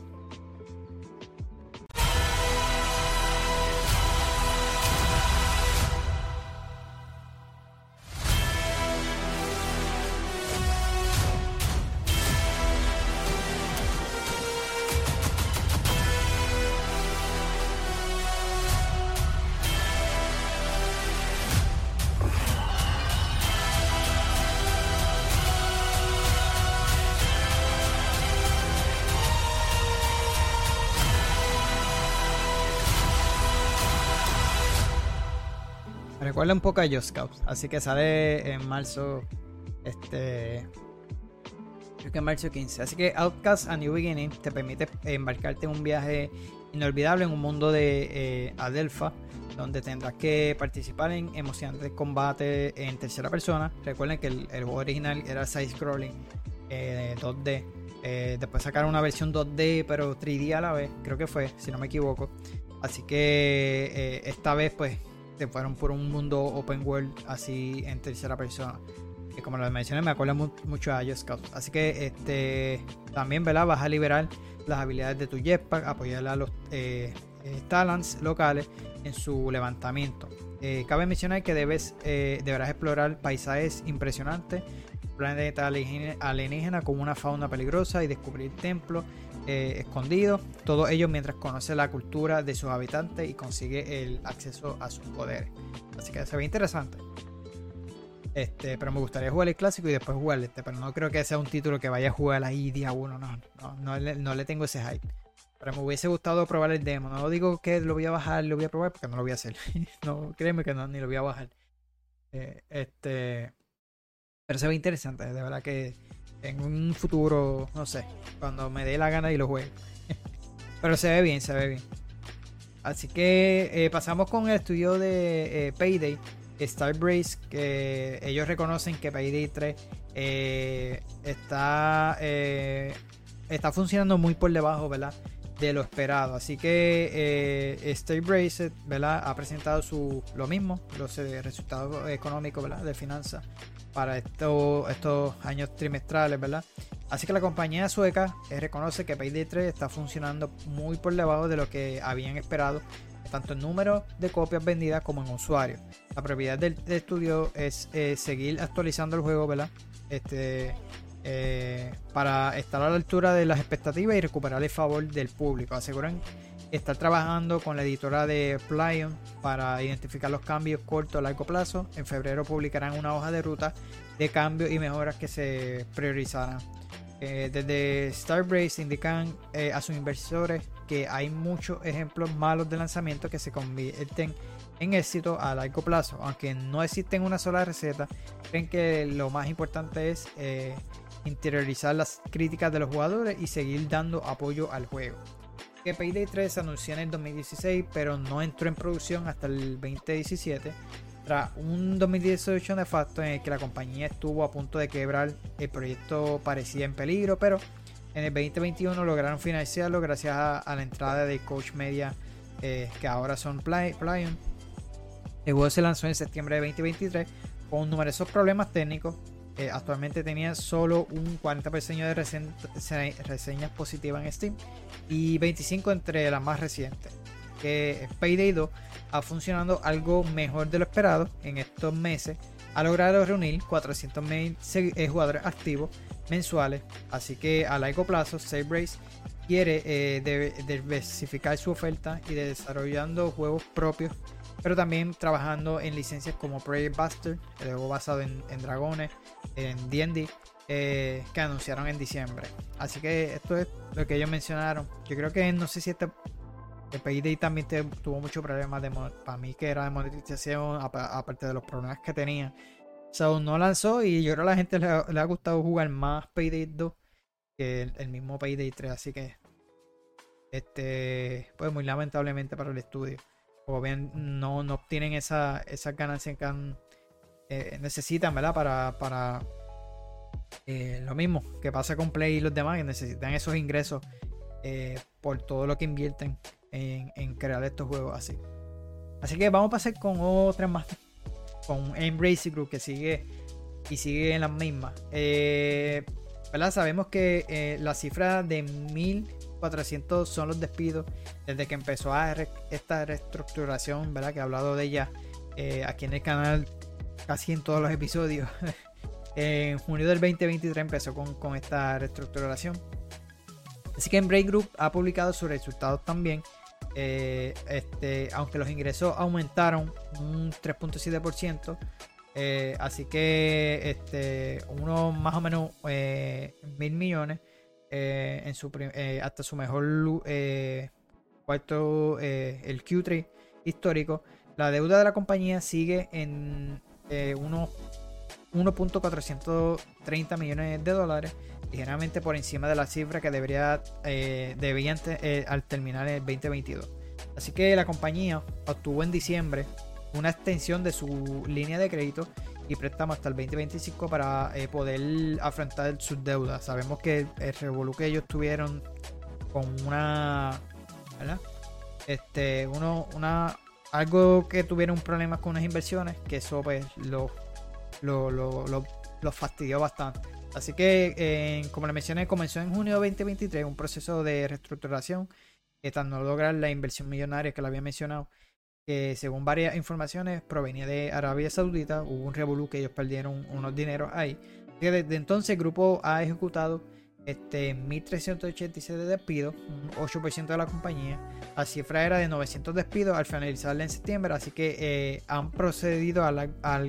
Recuerda un poco a Just Cause, así que sale en marzo, creo que en marzo 15. Así que Outcast A New Beginning te permite embarcarte en un viaje inolvidable en un mundo de Adelpha, donde tendrás que participar en emocionantes combates en tercera persona. Recuerden que el juego original era side-scrolling 2D. Después sacaron una versión 2D pero 3D a la vez, creo que fue, si no me equivoco. Así que esta vez pues se fueron por un mundo open world así en tercera persona, que como lo mencioné me acuerda mucho a Just Cause. Así que también, ¿verdad?, vas a liberar las habilidades de tu jetpack, apoyar a los talents locales en su levantamiento. Cabe mencionar que deberás explorar paisajes impresionantes, planeta alienígena con una fauna peligrosa y descubrir templos escondidos, todo ello mientras conoce la cultura de sus habitantes y consigue el acceso a sus poderes. Así que se ve interesante. Pero me gustaría jugar el clásico y después jugar pero no creo que sea un título que vaya a jugar ahí día uno, no le tengo ese hype. Pero me hubiese gustado probar el demo. No digo que lo voy a bajar, lo voy a probar porque no lo voy a hacer. No, créeme que no, ni lo voy a bajar. Pero se ve interesante, de verdad que en un futuro, no sé, cuando me dé la gana y lo juegue. Pero se ve bien, se ve bien. Así que pasamos con el estudio de Payday, Starbreeze, que ellos reconocen que Payday 3 está funcionando muy por debajo, ¿verdad?, de lo esperado. Así que Starbreeze, ¿verdad?, ha presentado lo mismo, los resultados económicos, ¿verdad?, de finanzas para estos años trimestrales, ¿verdad? Así que la compañía sueca reconoce que Payday 3 está funcionando muy por debajo de lo que habían esperado, tanto en número de copias vendidas como en usuarios. La prioridad del estudio es seguir actualizando el juego, ¿verdad?, para estar a la altura de las expectativas y recuperar el favor del público. Aseguran estar trabajando con la editora de Plaion para identificar los cambios corto a largo plazo. En febrero publicarán una hoja de ruta de cambios y mejoras que se priorizarán. Desde Starbreeze indican a sus inversores que hay muchos ejemplos malos de lanzamiento que se convierten en éxito a largo plazo. Aunque no existen una sola receta, creen que lo más importante es interiorizar las críticas de los jugadores y seguir dando apoyo al juego. Que Payday 3 se anunció en el 2016, pero no entró en producción hasta el 2017. Tras un 2018 nefasto en el que la compañía estuvo a punto de quebrar, el proyecto parecía en peligro, pero en el 2021 lograron financiarlo gracias a la entrada de Koch Media, que ahora son Plaion. El juego se lanzó en septiembre de 2023 con numerosos problemas técnicos. Actualmente tenía solo un 40% de reseñas positivas en Steam y 25 entre las más recientes. Que Payday 2 ha funcionado algo mejor de lo esperado en estos meses. Ha logrado reunir 400,000 jugadores activos mensuales. Así que a largo plazo, Starbreeze quiere diversificar su oferta y desarrollando juegos propios, pero también trabajando en licencias como Project Buster, el juego basado en dragones, en D&D, que anunciaron en diciembre. Así que esto es lo que ellos mencionaron. Yo creo que no sé si Payday también tuvo muchos problemas para mí que era de monetización, aparte de los problemas que tenía. So, no lanzó y yo creo que a la gente le ha gustado jugar más Payday 2 que el mismo Payday 3. Así que pues muy lamentablemente para el estudio, como ven, no obtienen esas ganancias que necesitan, ¿verdad? Para lo mismo que pasa con Play y los demás, que necesitan esos ingresos por todo lo que invierten en crear estos juegos así. Así que vamos a pasar con otras más, con Embracer Group, que sigue en las mismas. ¿Verdad? Sabemos que la cifra de 1,400 son los despidos desde que empezó esta reestructuración, ¿verdad?, que he hablado de ella aquí en el canal casi en todos los episodios. En junio del 2023 empezó con esta reestructuración. Así que Embracer Group ha publicado sus resultados también. Aunque los ingresos aumentaron un 3.7%, así que uno más o menos 1,000 millones hasta su mejor cuarto, el Q3 histórico. La deuda de la compañía sigue en unos 1.430 millones de dólares, ligeramente por encima de la cifra que debían al terminar el 2022. Así que la compañía obtuvo en diciembre una extensión de su línea de crédito y préstamo hasta el 2025 para poder afrontar sus deudas. Sabemos que el revolú que ellos tuvieron con una, ¿verdad?, algo que tuvieron problemas con unas inversiones, que eso pues los fastidió bastante. Así que, como les mencioné, comenzó en junio de 2023 un proceso de reestructuración que tras no lograr la inversión millonaria que le había mencionado, que según varias informaciones provenía de Arabia Saudita. Hubo un revolú que ellos perdieron unos dineros ahí. Que desde entonces el grupo ha ejecutado 1,386 de despidos, un 8% de la compañía. La cifra era de 900 despidos al finalizarla en septiembre, así que han procedido al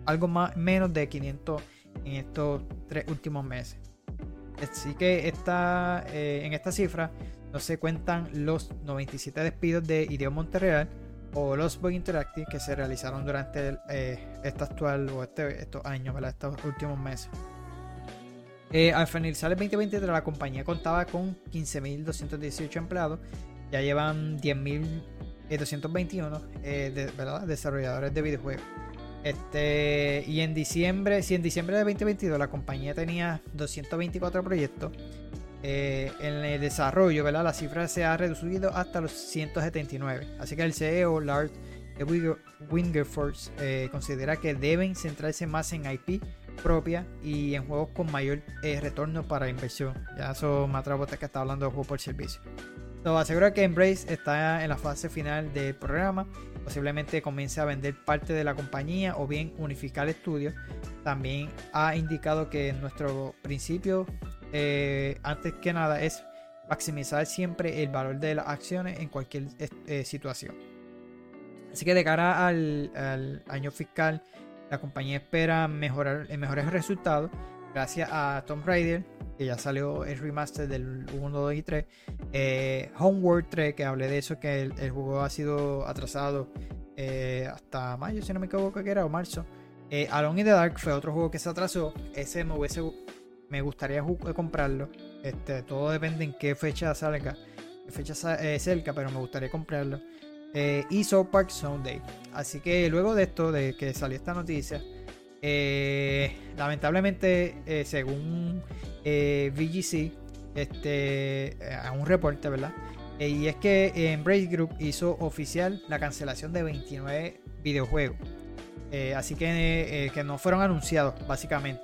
algo más, menos de 500 en estos 3 últimos meses. Así que en esta cifra no se cuentan los 97 despidos de Ideo Montreal o los Boy Interactive que se realizaron durante esta actual o estos años, ¿verdad? Estos últimos meses. Al finalizar el 2023, la compañía contaba con 15.218 empleados. Ya llevan 10.221 ¿verdad? Desarrolladores de videojuegos. Y en diciembre de 2022 la compañía tenía 224 proyectos. En el desarrollo, ¿verdad? La cifra se ha reducido hasta los 179. Así que el CEO Lars Wingefors considera que deben centrarse más en IP propia y en juegos con mayor retorno para inversión. Ya eso me atrapa que está hablando de juegos por servicio. Asegura que Embrace está en la fase final del programa. Posiblemente comience a vender parte de la compañía o bien unificar estudios. También ha indicado que nuestro principio antes que nada es maximizar siempre el valor de las acciones en cualquier situación. Así que de cara al año fiscal, la compañía espera mejores resultados gracias a Tomb Raider, que ya salió el remaster del 1, 2 y 3, Homeworld 3, que hablé de eso, que el juego ha sido atrasado hasta mayo, si no me equivoco, que era, o marzo. Alone in the Dark fue otro juego que se atrasó. Ese me gustaría comprarlo. Todo depende en qué fecha salga, qué fecha cerca, pero me gustaría comprarlo. Y South Park Sunday. Así que luego de esto, de que salió esta noticia, lamentablemente, según VGC, a un reporte, ¿verdad? Y es que Embrace Group hizo oficial la cancelación de 29 videojuegos. Así que no fueron anunciados, básicamente.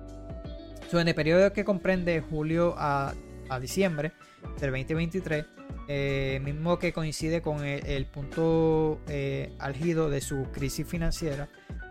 En el periodo que comprende julio a diciembre del 2023, mismo que coincide con el punto álgido de su crisis financiera,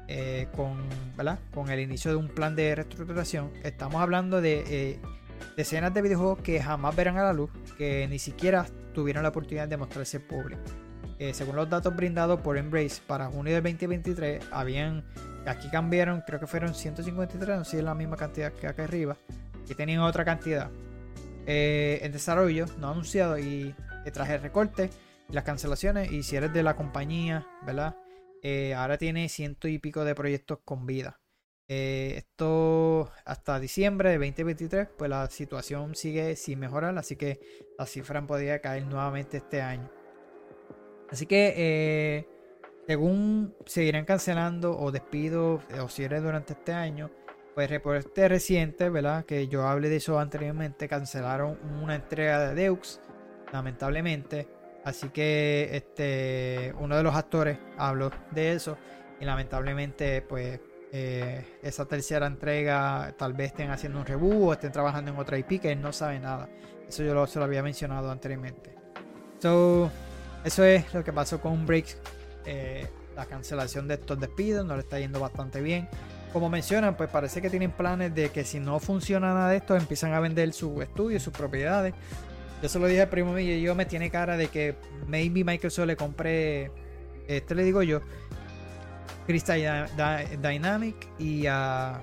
con el inicio de un plan de reestructuración. Estamos hablando de decenas de videojuegos que jamás verán a la luz, que ni siquiera tuvieron la oportunidad de mostrarse público. Según los datos brindados por Embrace para junio del 2023, aquí cambiaron, creo que fueron 153, no sé si es la misma cantidad que acá arriba, que tenían otra cantidad en desarrollo, no anunciado, y tras el recorte y las cancelaciones, y si eres de la compañía, ¿verdad? Ahora tiene 100 y pico de proyectos con vida. Esto hasta diciembre de 2023, pues la situación sigue sin mejorar, así que la cifra podría caer nuevamente este año. Así que según seguirán cancelando o despidos o cierres durante este año, pues reporte reciente, ¿verdad? Que yo hablé de eso anteriormente, cancelaron una entrega de Deux, lamentablemente. Así que uno de los actores habló de eso y lamentablemente pues esa tercera entrega tal vez estén haciendo un reboot o estén trabajando en otra IP que él no sabe nada. Eso yo se lo había mencionado anteriormente. Eso es lo que pasó con Breaks. La cancelación de estos despidos no le está yendo bastante bien. Como mencionan, pues parece que tienen planes de que si no funciona nada de esto, empiezan a vender sus estudios, sus propiedades. Yo se lo dije al primo mío y yo me tiene cara de que maybe Microsoft le compre, le digo yo, Crystal Dynamics y a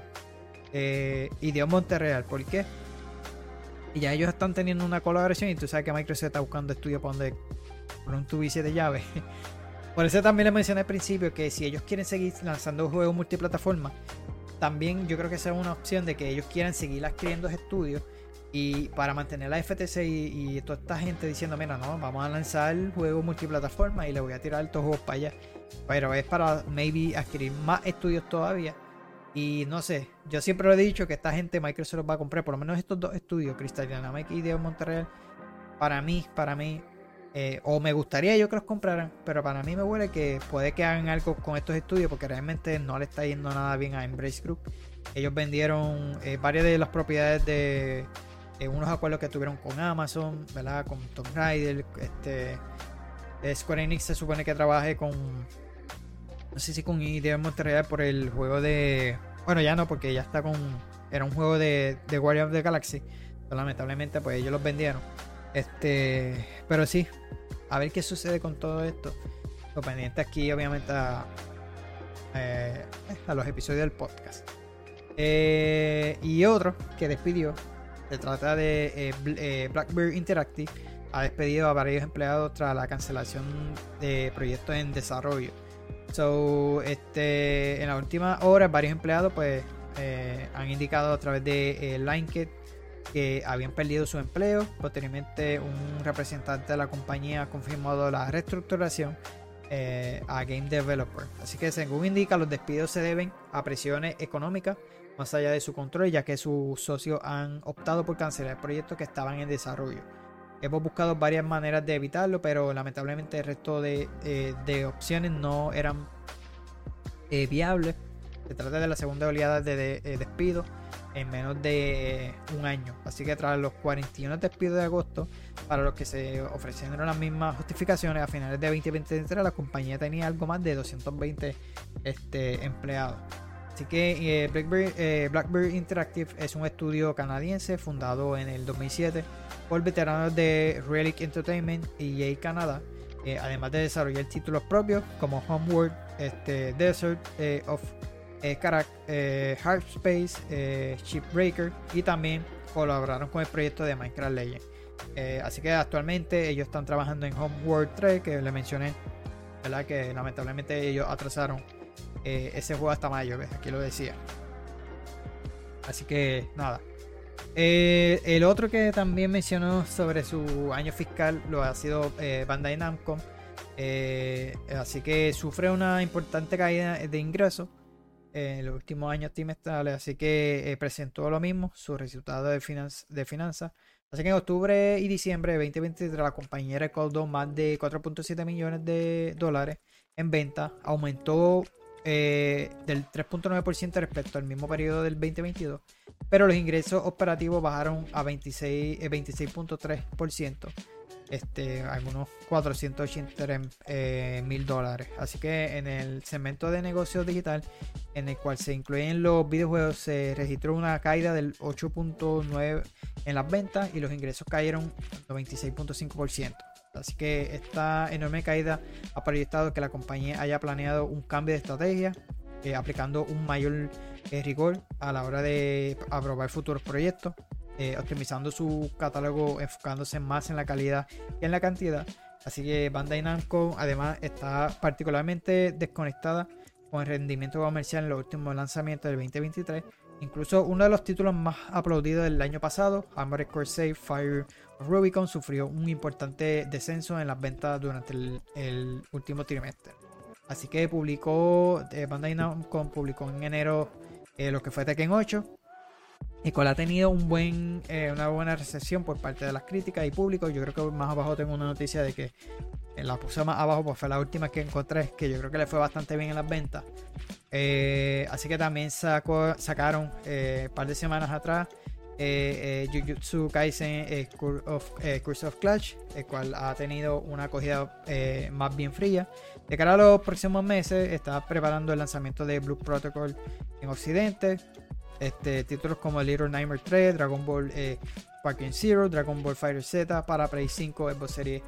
Ideo Montreal. ¿Por qué? Y ya ellos están teniendo una colaboración y tú sabes que Microsoft está buscando estudios para un tubo de llave. Por eso también les mencioné al principio que si ellos quieren seguir lanzando juegos multiplataforma, también yo creo que esa es una opción de que ellos quieran seguir adquiriendo estudios y para mantener la FTC y toda esta gente diciendo, mira, no, vamos a lanzar juegos multiplataforma y le voy a tirar estos juegos para allá. Pero es para maybe adquirir más estudios todavía. Y no sé, yo siempre lo he dicho que esta gente Microsoft los va a comprar, por lo menos estos dos estudios, Crystal Dynamics y Ideo Montreal, para mí o me gustaría yo que los compraran, pero para mí me huele que puede que hagan algo con estos estudios porque realmente no le está yendo nada bien a Embrace Group. Ellos vendieron varias de las propiedades de unos acuerdos que tuvieron con Amazon, ¿verdad? Con Tomb Raider, Square Enix se supone que trabaje con, no sé si con Ideo Montreal por el juego de, bueno, ya no, porque ya está era un juego de Guardians of the Galaxy, pero lamentablemente pues ellos los vendieron. Pero sí, a ver qué sucede con todo esto. Lo pendiente aquí obviamente a los episodios del podcast. Y otro que despidió, se trata de Blackbird Interactive, ha despedido a varios empleados tras la cancelación de proyectos en desarrollo. En las últimas horas varios empleados pues han indicado a través de LineKit que habían perdido su empleo. Posteriormente un representante de la compañía ha confirmado la reestructuración a Game Developer. Así que según indica, los despidos se deben a presiones económicas más allá de su control, ya que sus socios han optado por cancelar proyectos que estaban en desarrollo. Hemos buscado varias maneras de evitarlo, pero lamentablemente el resto de opciones no eran viables. Se trata de la segunda oleada de despidos en menos de un año. Así que tras los 41 despidos de agosto, para los que se ofrecieron las mismas justificaciones, a finales de 2023 la compañía tenía algo más de 220 empleados. Así que Blackbird Interactive es un estudio canadiense fundado en el 2007 por veteranos de Relic Entertainment y EA Canadá, además de desarrollar títulos propios como Homeworld, Desert of Karak, Hardspace, Shipbreaker, y también colaboraron con el proyecto de Minecraft Legends. Así que actualmente ellos están trabajando en Homeworld 3, que les mencioné, ¿verdad? Que lamentablemente ellos atrasaron ese juego hasta mayo, ¿ves? Aquí lo decía. Así que nada. El otro que también mencionó sobre su año fiscal lo ha sido Bandai Namco. Así que sufre una importante caída de ingresos en los últimos años trimestrales. Así que presentó lo mismo, su resultado de finanzas. Así que en octubre y diciembre de 2023 la compañía recaudó más de 4.7 millones de dólares en venta. Aumentó del 3.9% respecto al mismo periodo del 2022, pero los ingresos operativos bajaron a 26.3%, algunos 483 mil dólares. Así que en el segmento de negocios digital, en el cual se incluyen los videojuegos, se registró una caída del 8.9% en las ventas y los ingresos cayeron 96.5%. Así que esta enorme caída ha proyectado que la compañía haya planeado un cambio de estrategia, aplicando un mayor rigor a la hora de aprobar futuros proyectos, optimizando su catálogo, enfocándose más en la calidad que en la cantidad. Así que Bandai Namco además está particularmente desconectada con el rendimiento comercial en los últimos lanzamientos del 2023. Incluso uno de los títulos más aplaudidos del año pasado, Armored Core 6 Fire of Rubicon, sufrió un importante descenso en las ventas durante el último trimestre. Así que Bandai Namco publicó en enero lo que fue Tekken 8, el cual ha tenido una buena recepción por parte de las críticas y público. Yo creo que más abajo tengo una noticia de que la puse más abajo, pues fue la última que encontré, que yo creo que le fue bastante bien en las ventas. Así que también sacaron un par de semanas atrás Jujutsu Kaisen Curse of Clash, el cual ha tenido una acogida más bien fría. De cara a los próximos meses está preparando el lanzamiento de Blue Protocol en Occidente. Títulos como Little Nightmare 3, Dragon Ball Sparking Zero, Dragon Ball Fighter Z para Play 5, Xbox Series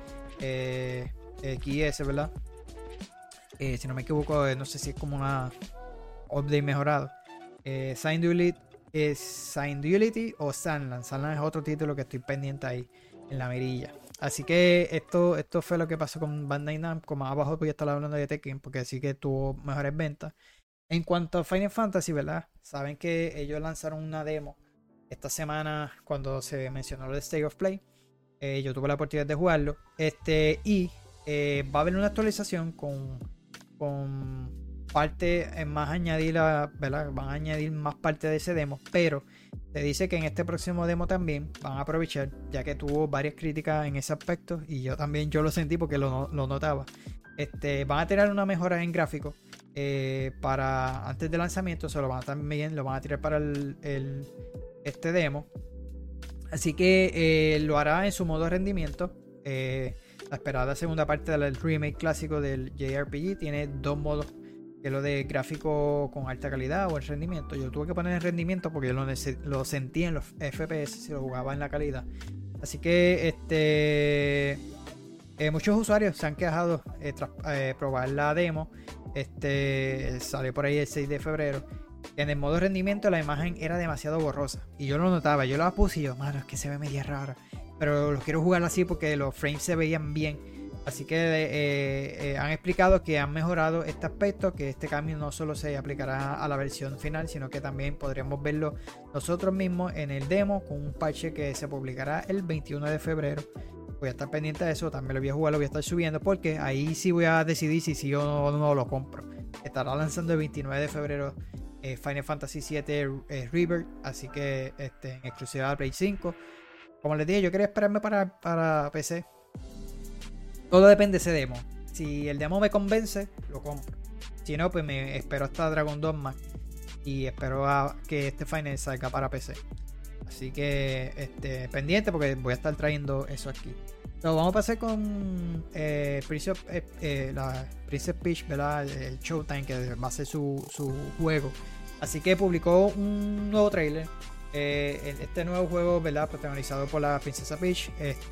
XS, ¿verdad? Si no me equivoco, no sé si es como una update mejorado. Sign Duality o Sandland. Sandland es otro título que estoy pendiente ahí en la mirilla. Así que esto fue lo que pasó con Bandai Namco. Más abajo voy a estar hablando de Tekken porque sí que tuvo mejores ventas. En cuanto a Final Fantasy, ¿verdad? Saben que ellos lanzaron una demo esta semana cuando se mencionó lo de State of Play. Yo tuve la oportunidad de jugarlo. Y va a haber una actualización con parte más añadida, ¿verdad? Van a añadir más parte de ese demo, pero se dice que en este próximo demo también van a aprovechar, ya que tuvo varias críticas en ese aspecto y yo lo sentí porque lo notaba. Van a tirar una mejora en gráfico para antes del lanzamiento, lo van a tirar para este demo. Así que lo hará en su modo de rendimiento. La esperada segunda parte del remake clásico del JRPG tiene dos modos, que es lo de gráfico con alta calidad o el rendimiento. Yo tuve que poner el rendimiento porque yo lo sentí en los FPS si lo jugaba en la calidad. Así que muchos usuarios se han quejado tras probar la demo Salió por ahí el 6 de febrero. En el modo rendimiento la imagen era demasiado borrosa. Y yo lo notaba, yo la puse y yo, mano, es que se ve media rara. Pero lo quiero jugar así porque los frames se veían bien. Así que han explicado que han mejorado este aspecto, que este cambio no solo se aplicará a la versión final, sino que también podríamos verlo nosotros mismos en el demo con un parche que se publicará el 21 de febrero. Voy a estar pendiente de eso, también lo voy a jugar, lo voy a estar subiendo porque ahí sí voy a decidir si sí o no lo compro. Estará lanzando el 29 de febrero Final Fantasy VII Rebirth, así que en exclusiva de Play 5. Como les dije, yo quería esperarme para PC. Todo depende de ese demo. Si el demo me convence, lo compro. Si no, pues me espero hasta Dragon Dogma y espero a que este Final salga para PC. Así que pendiente porque voy a estar trayendo eso aquí. Pero vamos a pasar con la Princess Peach, ¿verdad? El Showtime, que va a ser su juego. Así que publicó un nuevo trailer. Este nuevo juego, ¿verdad? Protagonizado por la Princesa Peach.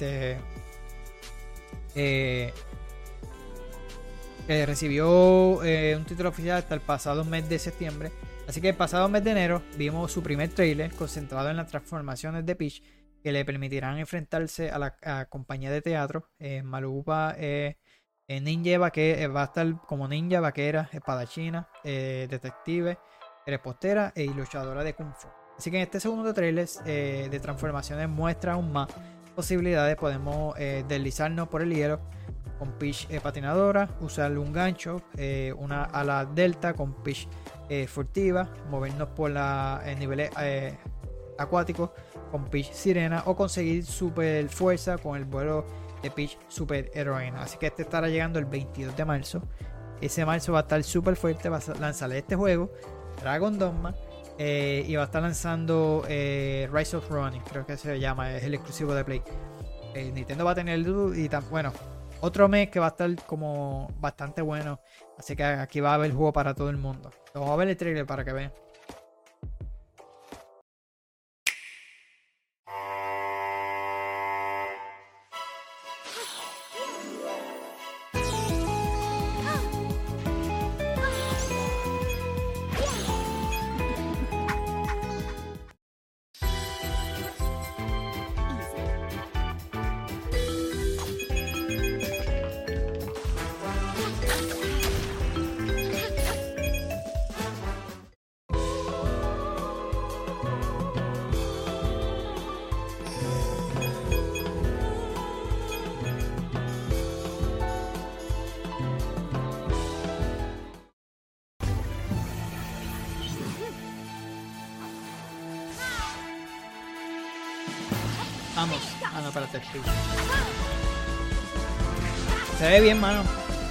Recibió un título oficial hasta el pasado mes de septiembre. Así que el pasado mes de enero vimos su primer trailer concentrado en las transformaciones de Peach que le permitirán enfrentarse a la compañía de teatro Malupa ninja va a estar como ninja, vaquera, espadachina, detective, repostera y luchadora de Kung Fu. Así que en este segundo trailer de transformaciones muestra aún más posibilidades. Podemos deslizarnos por el hielo con Peach patinadora, usar un gancho, una ala delta con Peach furtiva, movernos por niveles acuáticos con Peach sirena o conseguir super fuerza con el vuelo de Peach super heroína. Así que estará llegando el 22 de marzo. Ese marzo va a estar súper fuerte, va a lanzar este juego Dragon Dogma y va a estar lanzando Rise of Ronin, creo que se llama, es el exclusivo de Play. Nintendo va a tener bueno, otro mes que va a estar como bastante bueno, así que aquí va a haber juego para todo el mundo. Vamos a ver el trailer para que vean. Vamos. Ah, no, espérate. Se ve bien, mano.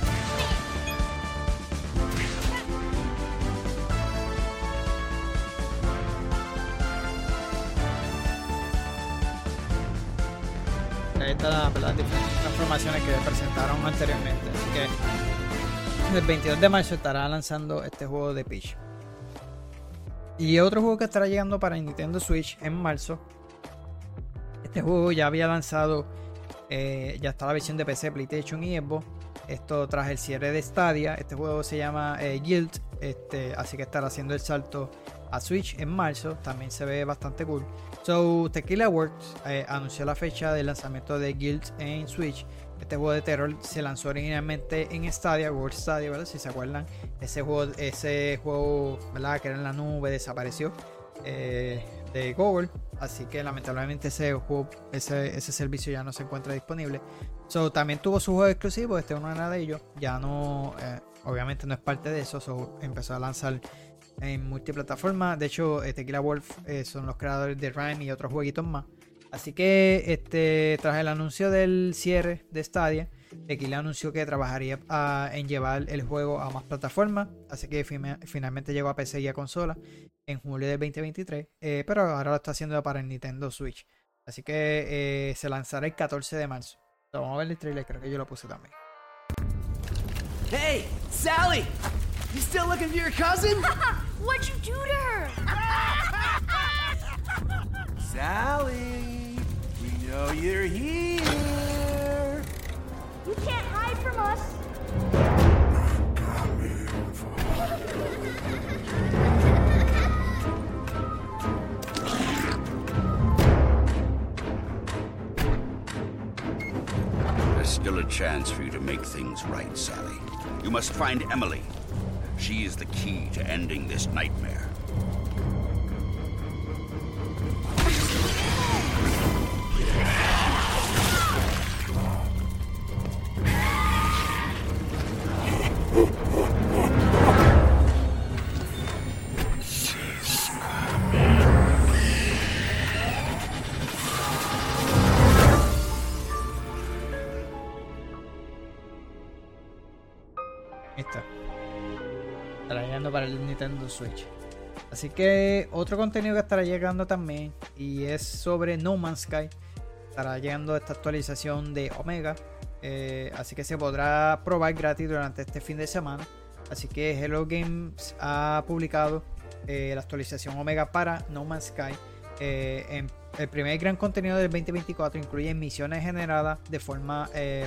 Ahí están las diferentes transformaciones que presentaron anteriormente. Así que el 22 de marzo estará lanzando este juego de Peach. Y otro juego que estará llegando para Nintendo Switch en marzo. Este juego ya había lanzado, ya está la versión de PC, PlayStation y Xbox. Esto tras el cierre de Stadia. Este juego se llama Guild, así que estará haciendo el salto a Switch en marzo. También se ve bastante cool. So, Tequila Works anunció la fecha de lanzamiento de Guild en Switch. Este juego de terror se lanzó originalmente en Stadia, World Stadia, ¿verdad? Si se acuerdan, ese juego, ¿verdad? Que era en la nube, desapareció de Google. Así que lamentablemente ese servicio ya no se encuentra disponible. So, también tuvo su juego exclusivo. Este es uno de ellos. Ya no, obviamente no es parte de eso. So, empezó a lanzar en multiplataforma. De hecho, Tequila Wolf son los creadores de Rhyme y otros jueguitos más. Así que tras el anuncio del cierre de Stadia, Tequila anunció que trabajaría en llevar el juego a más plataformas. Así que finalmente llegó a PC y a consola en julio del 2023, pero ahora lo está haciendo para el Nintendo Switch. Así que se lanzará el 14 de marzo. Vamos a ver el trailer, creo que yo lo puse también. Hey, Sally! You still looking for your cousin? What'd you do to her? Sally, we know you're here. You can't hide from us. still a chance for you to make things right, Sally. You must find Emily. She is the key to ending this nightmare. Estará llegando para el Nintendo Switch. Así que otro contenido que estará llegando también, y es sobre No Man's Sky. Estará llegando esta actualización de Omega, así que se podrá probar gratis durante este fin de semana. Así que Hello Games ha publicado la actualización Omega para No Man's Sky. El primer gran contenido del 2024 incluye misiones generadas de forma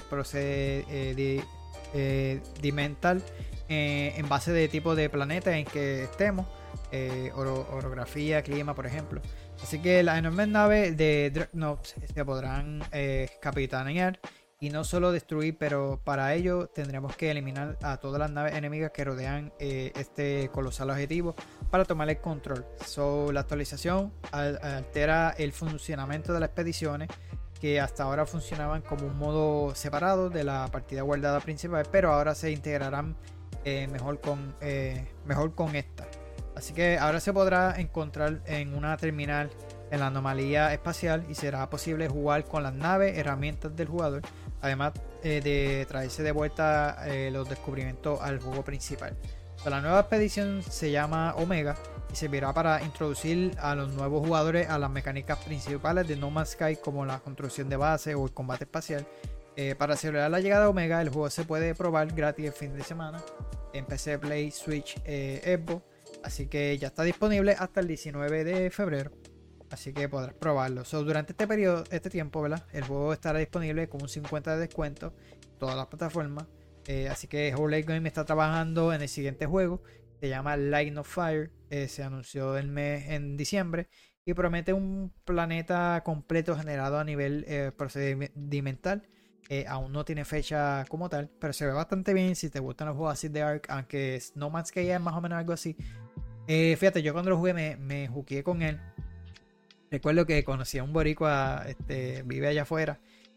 procedimental en base de tipo de planeta en que estemos, orografía, clima, por ejemplo. Así que las enormes naves de Dreadnought se podrán capitanear y no solo destruir, pero para ello tendremos que eliminar a todas las naves enemigas que rodean este colosal objetivo para tomar el control. La actualización altera el funcionamiento de las expediciones, que hasta ahora funcionaban como un modo separado de la partida guardada principal, pero ahora se integrarán mejor con esta. Así que ahora se podrá encontrar en una terminal en la anomalía espacial y será posible jugar con las naves, herramientas del jugador, además de traerse de vuelta los descubrimientos al juego principal. La nueva expedición se llama Omega y servirá para introducir a los nuevos jugadores a las mecánicas principales de No Man's Sky, como la construcción de base o el combate espacial. Para celebrar la llegada de Omega, el juego se puede probar gratis el fin de semana en PC, Play, Switch, Xbox. Así que ya está disponible hasta el 19 de febrero. Así que podrás probarlo. Durante este tiempo, ¿verdad? El juego estará disponible con un 50% de descuento en todas las plataformas. Así que Hello Games está trabajando en el siguiente juego. Se llama Line of Fire. Se anunció en diciembre y promete un planeta completo generado a nivel procedimental. Aún no tiene fecha como tal, pero se ve bastante bien si te gustan los juegos así de Ark, aunque No Man's Sky es más o menos algo así. Fíjate, yo cuando lo jugué me juqué con él. Recuerdo que conocí a un boricua, vive allá afuera,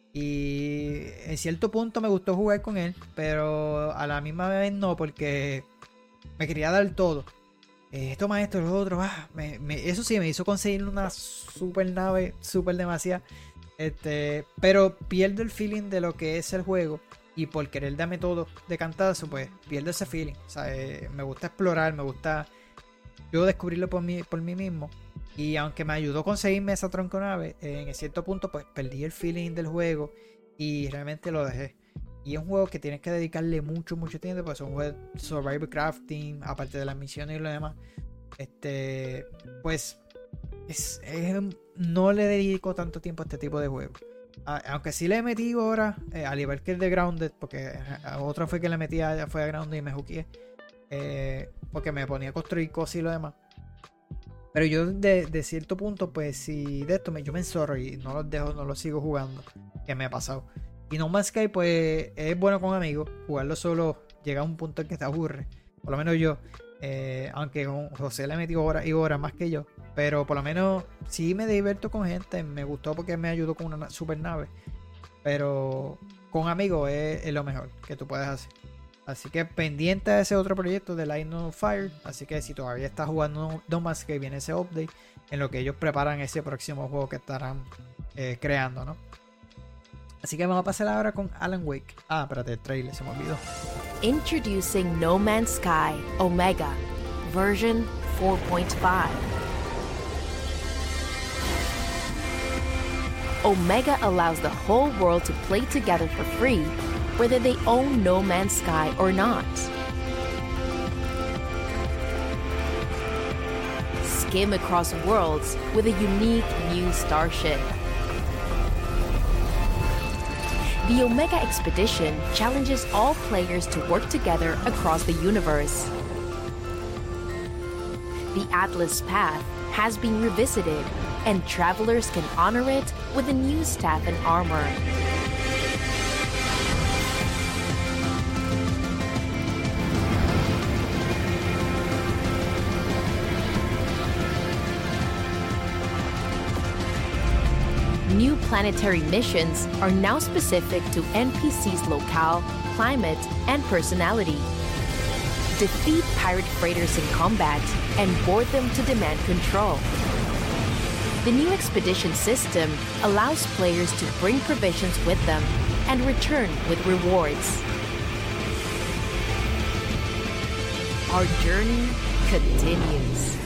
y en cierto punto me gustó jugar con él, pero a la misma vez no, porque me quería dar todo. Toma esto, lo otro. Eso sí, me hizo conseguir una super nave, super demasiada. Pero pierdo el feeling de lo que es el juego, y por querer darme todo de cantazo, pues pierdo ese feeling. O sea, me gusta explorar, me gusta yo descubrirlo por mí mismo. Y aunque me ayudó a conseguirme esa tronconave, en cierto punto pues perdí el feeling del juego y realmente lo dejé. Y es un juego que tienes que dedicarle mucho tiempo, pues es un juego de survival crafting, aparte de las misiones y lo demás. Pues no le dedico tanto tiempo a este tipo de juegos. Aunque sí le he metido ahora, al igual que el de Grounded, porque a otro fue que le metí fue a Grounded y me juqué, porque me ponía a construir cosas y lo demás. Pero yo de cierto punto, pues si de esto yo me enzorro y no los dejo, no los sigo jugando, que me ha pasado. Y No Man's Sky pues es bueno con amigos. Jugarlo solo llega a un punto en que te aburre, por lo menos yo. Aunque con José le metió horas y horas más que yo, pero por lo menos sí me divierto con gente. Me gustó porque me ayudó con una super nave, pero con amigos es lo mejor que tú puedes hacer. Así que pendiente a ese otro proyecto de Line of Fire. Así que si todavía estás jugando No Man's Sky, viene ese update en lo que ellos preparan ese próximo juego que estarán creando, ¿no? Así que vamos a pasar ahora con Alan Wake. Espérate, el trailer se me olvidó. Introducing No Man's Sky Omega, version 4.5. Omega allows the whole world to play together for free, whether they own No Man's Sky or not. Skim across worlds with a unique new starship. The Omega Expedition challenges all players to work together across the universe. The Atlas Path has been revisited, and travelers can honor it with a new staff and armor. new planetary missions are now specific to NPC's locale, climate, and personality. Defeat pirate freighters in combat and board them to demand control. The new expedition system allows players to bring provisions with them and return with rewards. Our journey continues.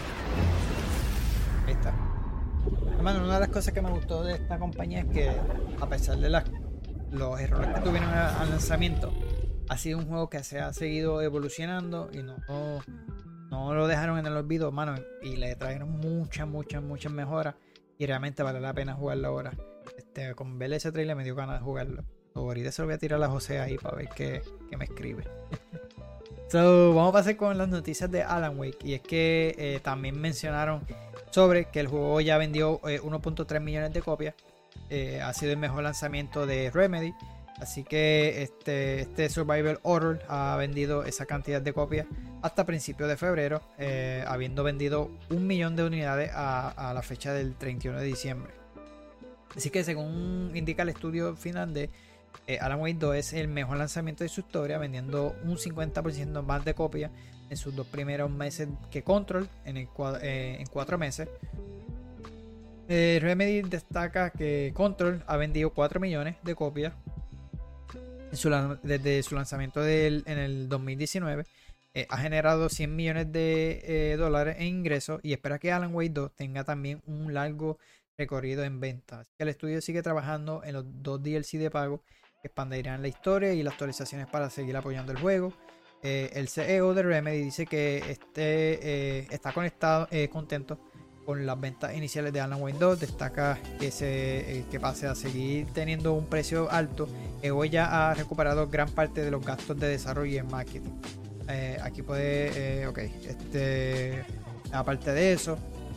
Ahí está. Hermano, una de las cosas que me gustó de esta compañía es que, a pesar de los errores que tuvieron al lanzamiento, ha sido un juego que se ha seguido evolucionando y no lo dejaron en el olvido, hermano, y le trajeron muchas mejoras y realmente vale la pena jugarlo ahora. Con ver ese trailer me dio ganas de jugarlo. Ahorita se lo voy a tirar a José ahí para ver qué me escribe. Vamos a pasar con las noticias de Alan Wake. Y es que también mencionaron sobre que el juego ya vendió 1.3 millones de copias. Ha sido el mejor lanzamiento de Remedy. Así que este Survival Horror ha vendido esa cantidad de copias hasta principios de febrero, habiendo vendido 1 millón de unidades a la fecha del 31 de diciembre. Así que según indica el estudio final de Alan Wake 2, es el mejor lanzamiento de su historia, vendiendo un 50% más de copias en sus 2 primeros meses que Control en 4 meses. Remedy destaca que Control ha vendido 4 millones de copias desde su lanzamiento en el 2019. Ha generado 100 millones de dólares en ingresos y espera que Alan Wake 2 tenga también un largo recorrido en ventas. El estudio sigue trabajando en los 2 DLC de pago que expandirán la historia y las actualizaciones para seguir apoyando el juego. El CEO de Remedy dice que está contento con las ventas iniciales de Alan Wake 2. Destaca que pase a seguir teniendo un precio alto, hoy ya ha recuperado gran parte de los gastos de desarrollo y en marketing. Aquí puede, aparte de eso,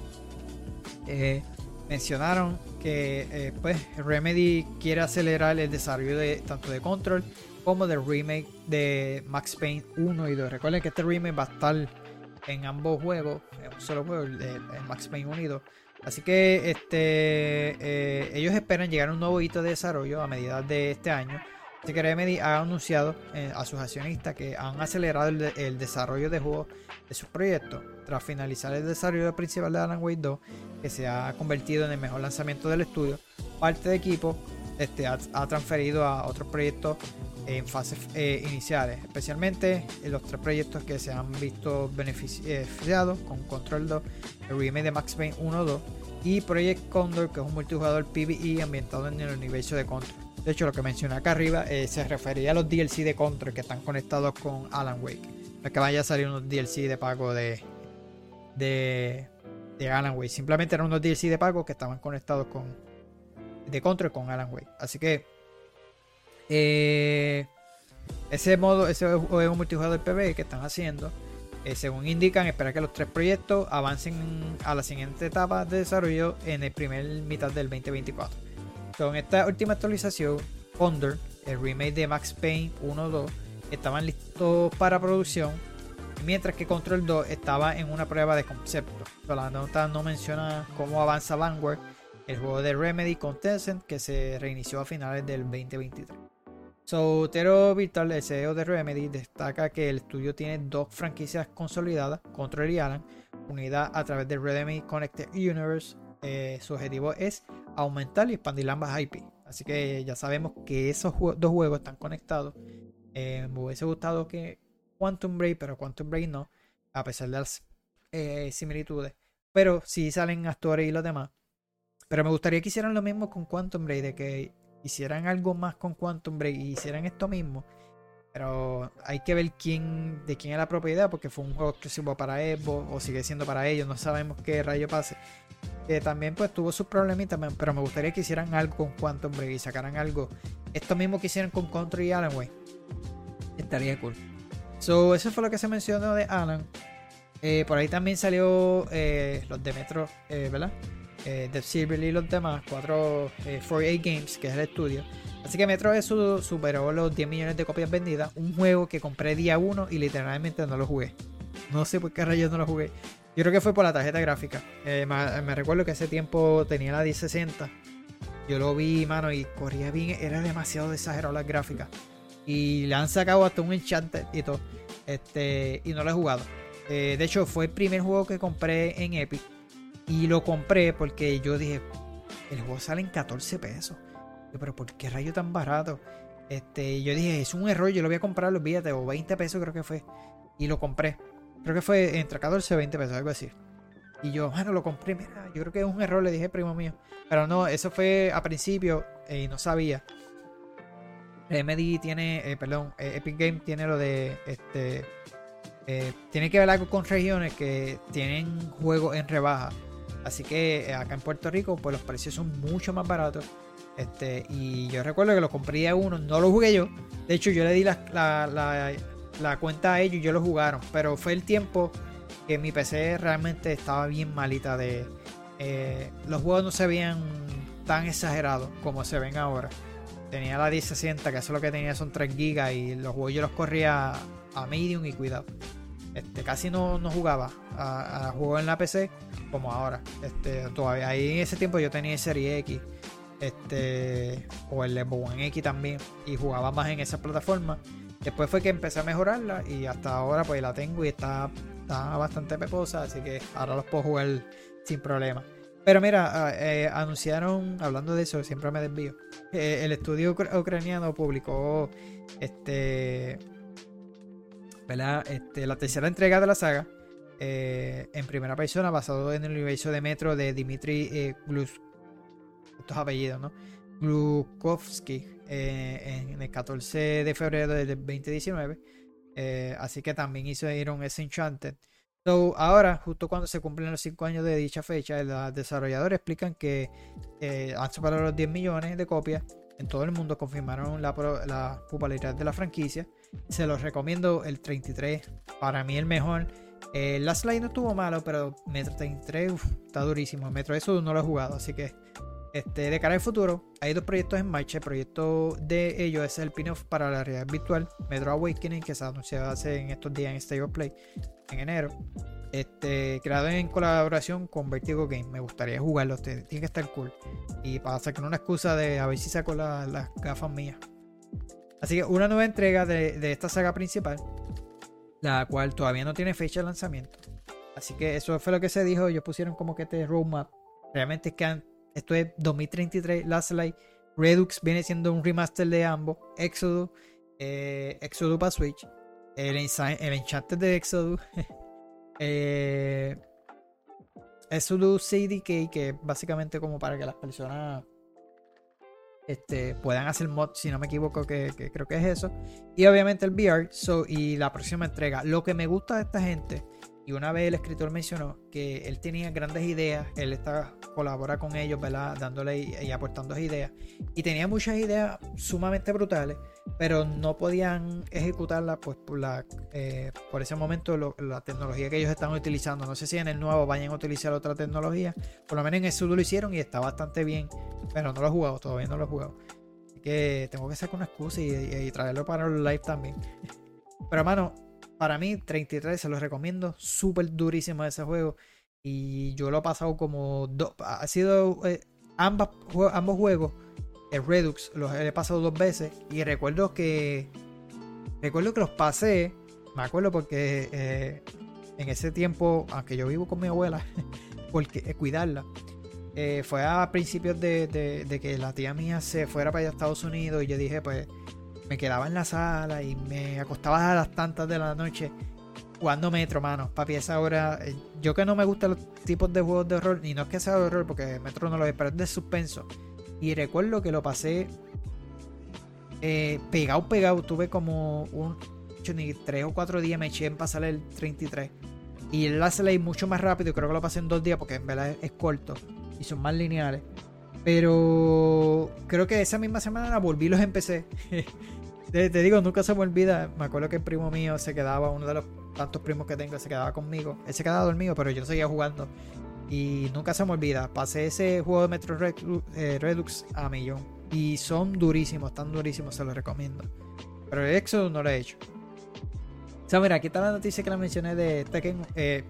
mencionaron que pues Remedy quiere acelerar el desarrollo tanto de Control como del remake de Max Payne 1 y 2. Recuerden que este remake va a estar en ambos juegos, en un solo juego, el Max Payne 1 y 2. Así que ellos esperan llegar a un nuevo hito de desarrollo a mediados de este año. Así que Remedy ha anunciado a sus accionistas que han acelerado el desarrollo de juegos de sus proyectos. Tras finalizar el desarrollo principal de Alan Wake 2, que se ha convertido en el mejor lanzamiento del estudio, parte de equipo ha transferido a otros proyectos en fases iniciales, especialmente en los 3 proyectos que se han visto beneficiados con Control 2, el remake de Max Payne 1-2 y Project Condor, que es un multijugador PvE ambientado en el universo de Control. De hecho, lo que mencioné acá arriba se refería a los DLC de Control que están conectados con Alan Wake. No es que vaya a salir unos DLC de pago de Alan Wake. Simplemente eran unos DLC de pago que estaban conectados de Control con Alan Wake. Así que ese juego multijugador PvE que están haciendo, según indican, espera que los 3 proyectos avancen a la siguiente etapa de desarrollo en el primer mitad del 2024. Con esta última actualización, Condor, el remake de Max Payne 1-2, estaban listos para producción, mientras que Control 2 estaba en una prueba de concepto. La nota no menciona cómo avanza Vanguard, el juego de Remedy con Tencent, que se reinició a finales del 2023. Tero Virtual, el CEO de Remedy, destaca que el estudio tiene 2 franquicias consolidadas, Control y Alan, unidas a través de Remedy Connected Universe. Su objetivo es aumentar y expandir ambas IP. Así que ya sabemos que esos 2 juegos están conectados. Me hubiese gustado que Quantum Break, pero Quantum Break no, a pesar de las similitudes. Pero sí salen actores y los demás. Pero me gustaría que hicieran lo mismo con Quantum Break, de que hicieran algo más con Quantum Break y hicieran esto mismo. Pero hay que ver de quién es la propiedad, porque fue un juego exclusivo para Xbox o sigue siendo para ellos. No sabemos qué rayo pase. Que también pues tuvo sus problemitas, pero me gustaría que hicieran algo con Quantum Break y sacaran algo. Esto mismo que hicieron con Control y Alan Wake. Estaría cool. Eso fue lo que se mencionó de Alan. Por ahí también salió los de Metro, ¿verdad? Deep Silver y los demás, 4A Games, que es el estudio. Así que Metro superó los 10 millones de copias vendidas. Un juego que compré día 1 y literalmente no lo jugué. No sé por qué rayos no lo jugué. Yo creo que fue por la tarjeta gráfica. Me recuerdo que ese tiempo tenía la 1060 Yo lo vi, mano, y corría bien. Era demasiado exagerado las gráficas. Y le han sacado hasta un Enchanted y todo. Y no lo he jugado. De hecho, fue el primer juego que compré en Epic. Y lo compré porque yo dije, el juego sale en 14 pesos. Pero ¿por qué rayo tan barato? Yo dije, es un error, yo lo voy a comprar, olvídate, o 20 pesos creo que fue. Y lo compré. Creo que fue entre 14 y 20 pesos, algo así. Y yo, bueno, lo compré, mira, yo creo que es un error, le dije primo mío. Pero no, eso fue a principio y no sabía. Remedy tiene, Epic Games tiene lo de, tiene que ver algo con regiones que tienen juegos en rebaja. Así que acá en Puerto Rico, pues los precios son mucho más baratos. Y yo recuerdo que lo compré a uno, no lo jugué yo. De hecho, yo le di la cuenta a ellos y ellos lo jugaron. Pero fue el tiempo que mi PC realmente estaba bien malita. Los juegos no se veían tan exagerados como se ven ahora. Tenía la 1060, que eso lo que tenía son 3 GB. Y los juegos yo los corría a medium y cuidado. Casi no jugaba a juegos en la PC como ahora. Todavía ahí en ese tiempo yo tenía Serie X. O el Xbox One X también, y jugaba más en esa plataforma. Después fue que empecé a mejorarla y hasta ahora pues la tengo y está bastante peposa, así que ahora los puedo jugar sin problema. Pero mira, anunciaron, hablando de eso, siempre me desvío, el estudio ucraniano publicó ¿verdad? La tercera entrega de la saga en primera persona, basado en el universo de Metro de Dmitry estos apellidos, ¿no? Glukhovsky, en el 14 de febrero del 2019. Así que también hicieron ese Enchanted. So, ahora, justo cuando se cumplen los 5 años de dicha fecha, los desarrolladores explican que han superado los 10 millones de copias en todo el mundo. Confirmaron la popularidad de la franquicia. Se los recomiendo el 33, para mí el mejor. Last Light no estuvo malo, pero Metro 33 está durísimo. Metro Exodus no lo he jugado, así que de cara al futuro, hay 2 proyectos en marcha. El proyecto de ellos es el pin-off para la realidad virtual, Metro Awakening, que se anunció hace en estos días en State of Play en enero. Creado en colaboración con Vertigo Game. Me gustaría jugarlo, tiene que estar cool. Y para sacar una excusa de a ver si saco las gafas mías. Así que una nueva entrega de esta saga principal, la cual todavía no tiene fecha de lanzamiento. Así que eso fue lo que se dijo. Ellos pusieron como que este roadmap. Realmente es que esto es 2033, Last Light. Redux viene siendo un remaster de ambos. Exodus para Switch. El Enchanted de Exodus. Exodus CDK, que es básicamente como para que las personas puedan hacer mods, si no me equivoco, que creo que es eso. Y obviamente el VR. Y la próxima entrega. Lo que me gusta de esta gente, y una vez el escritor mencionó que él tenía grandes ideas, él colabora con ellos, ¿verdad? Dándole y aportando ideas, y tenía muchas ideas sumamente brutales, pero no podían ejecutarlas pues por ese momento la tecnología que ellos están utilizando. No sé si en el nuevo vayan a utilizar otra tecnología, por lo menos en el Sudo lo hicieron y está bastante bien, pero no lo he jugado, todavía no lo he jugado, así que tengo que sacar una excusa y traerlo para los live también. Pero hermano, para mí 33 se los recomiendo, súper durísimo ese juego, y yo lo he pasado como ha sido ambos juegos. El Redux los he pasado 2 veces, y recuerdo que los pasé, me acuerdo porque en ese tiempo, aunque yo vivo con mi abuela porque cuidarla, fue a principios de que la tía mía se fuera para allá a Estados Unidos, y yo dije, pues me quedaba en la sala y me acostaba a las tantas de la noche jugando Metro, mano. Papi, a esa hora, yo que no me gustan los tipos de juegos de horror, y no es que sea de horror porque Metro no lo es, pero es de suspenso. Y recuerdo que lo pasé pegado. Tuve como 3 o 4 días me eché en pasar el 33. Y el Last Light mucho más rápido, creo que lo pasé en 2 días porque en verdad es corto y son más lineales. Pero creo que esa misma semana volví y los empecé. Te digo, nunca se me olvida. Me acuerdo que el primo mío se quedaba, uno de los tantos primos que tengo, se quedaba conmigo. Él se quedaba dormido, pero yo seguía jugando. Y nunca se me olvida. Pasé ese juego de Metro Redux a millón. Y son durísimos, están durísimos, se los recomiendo. Pero el Exodus no lo he hecho. O sea, mira, aquí está la noticia que la mencioné de Tekken.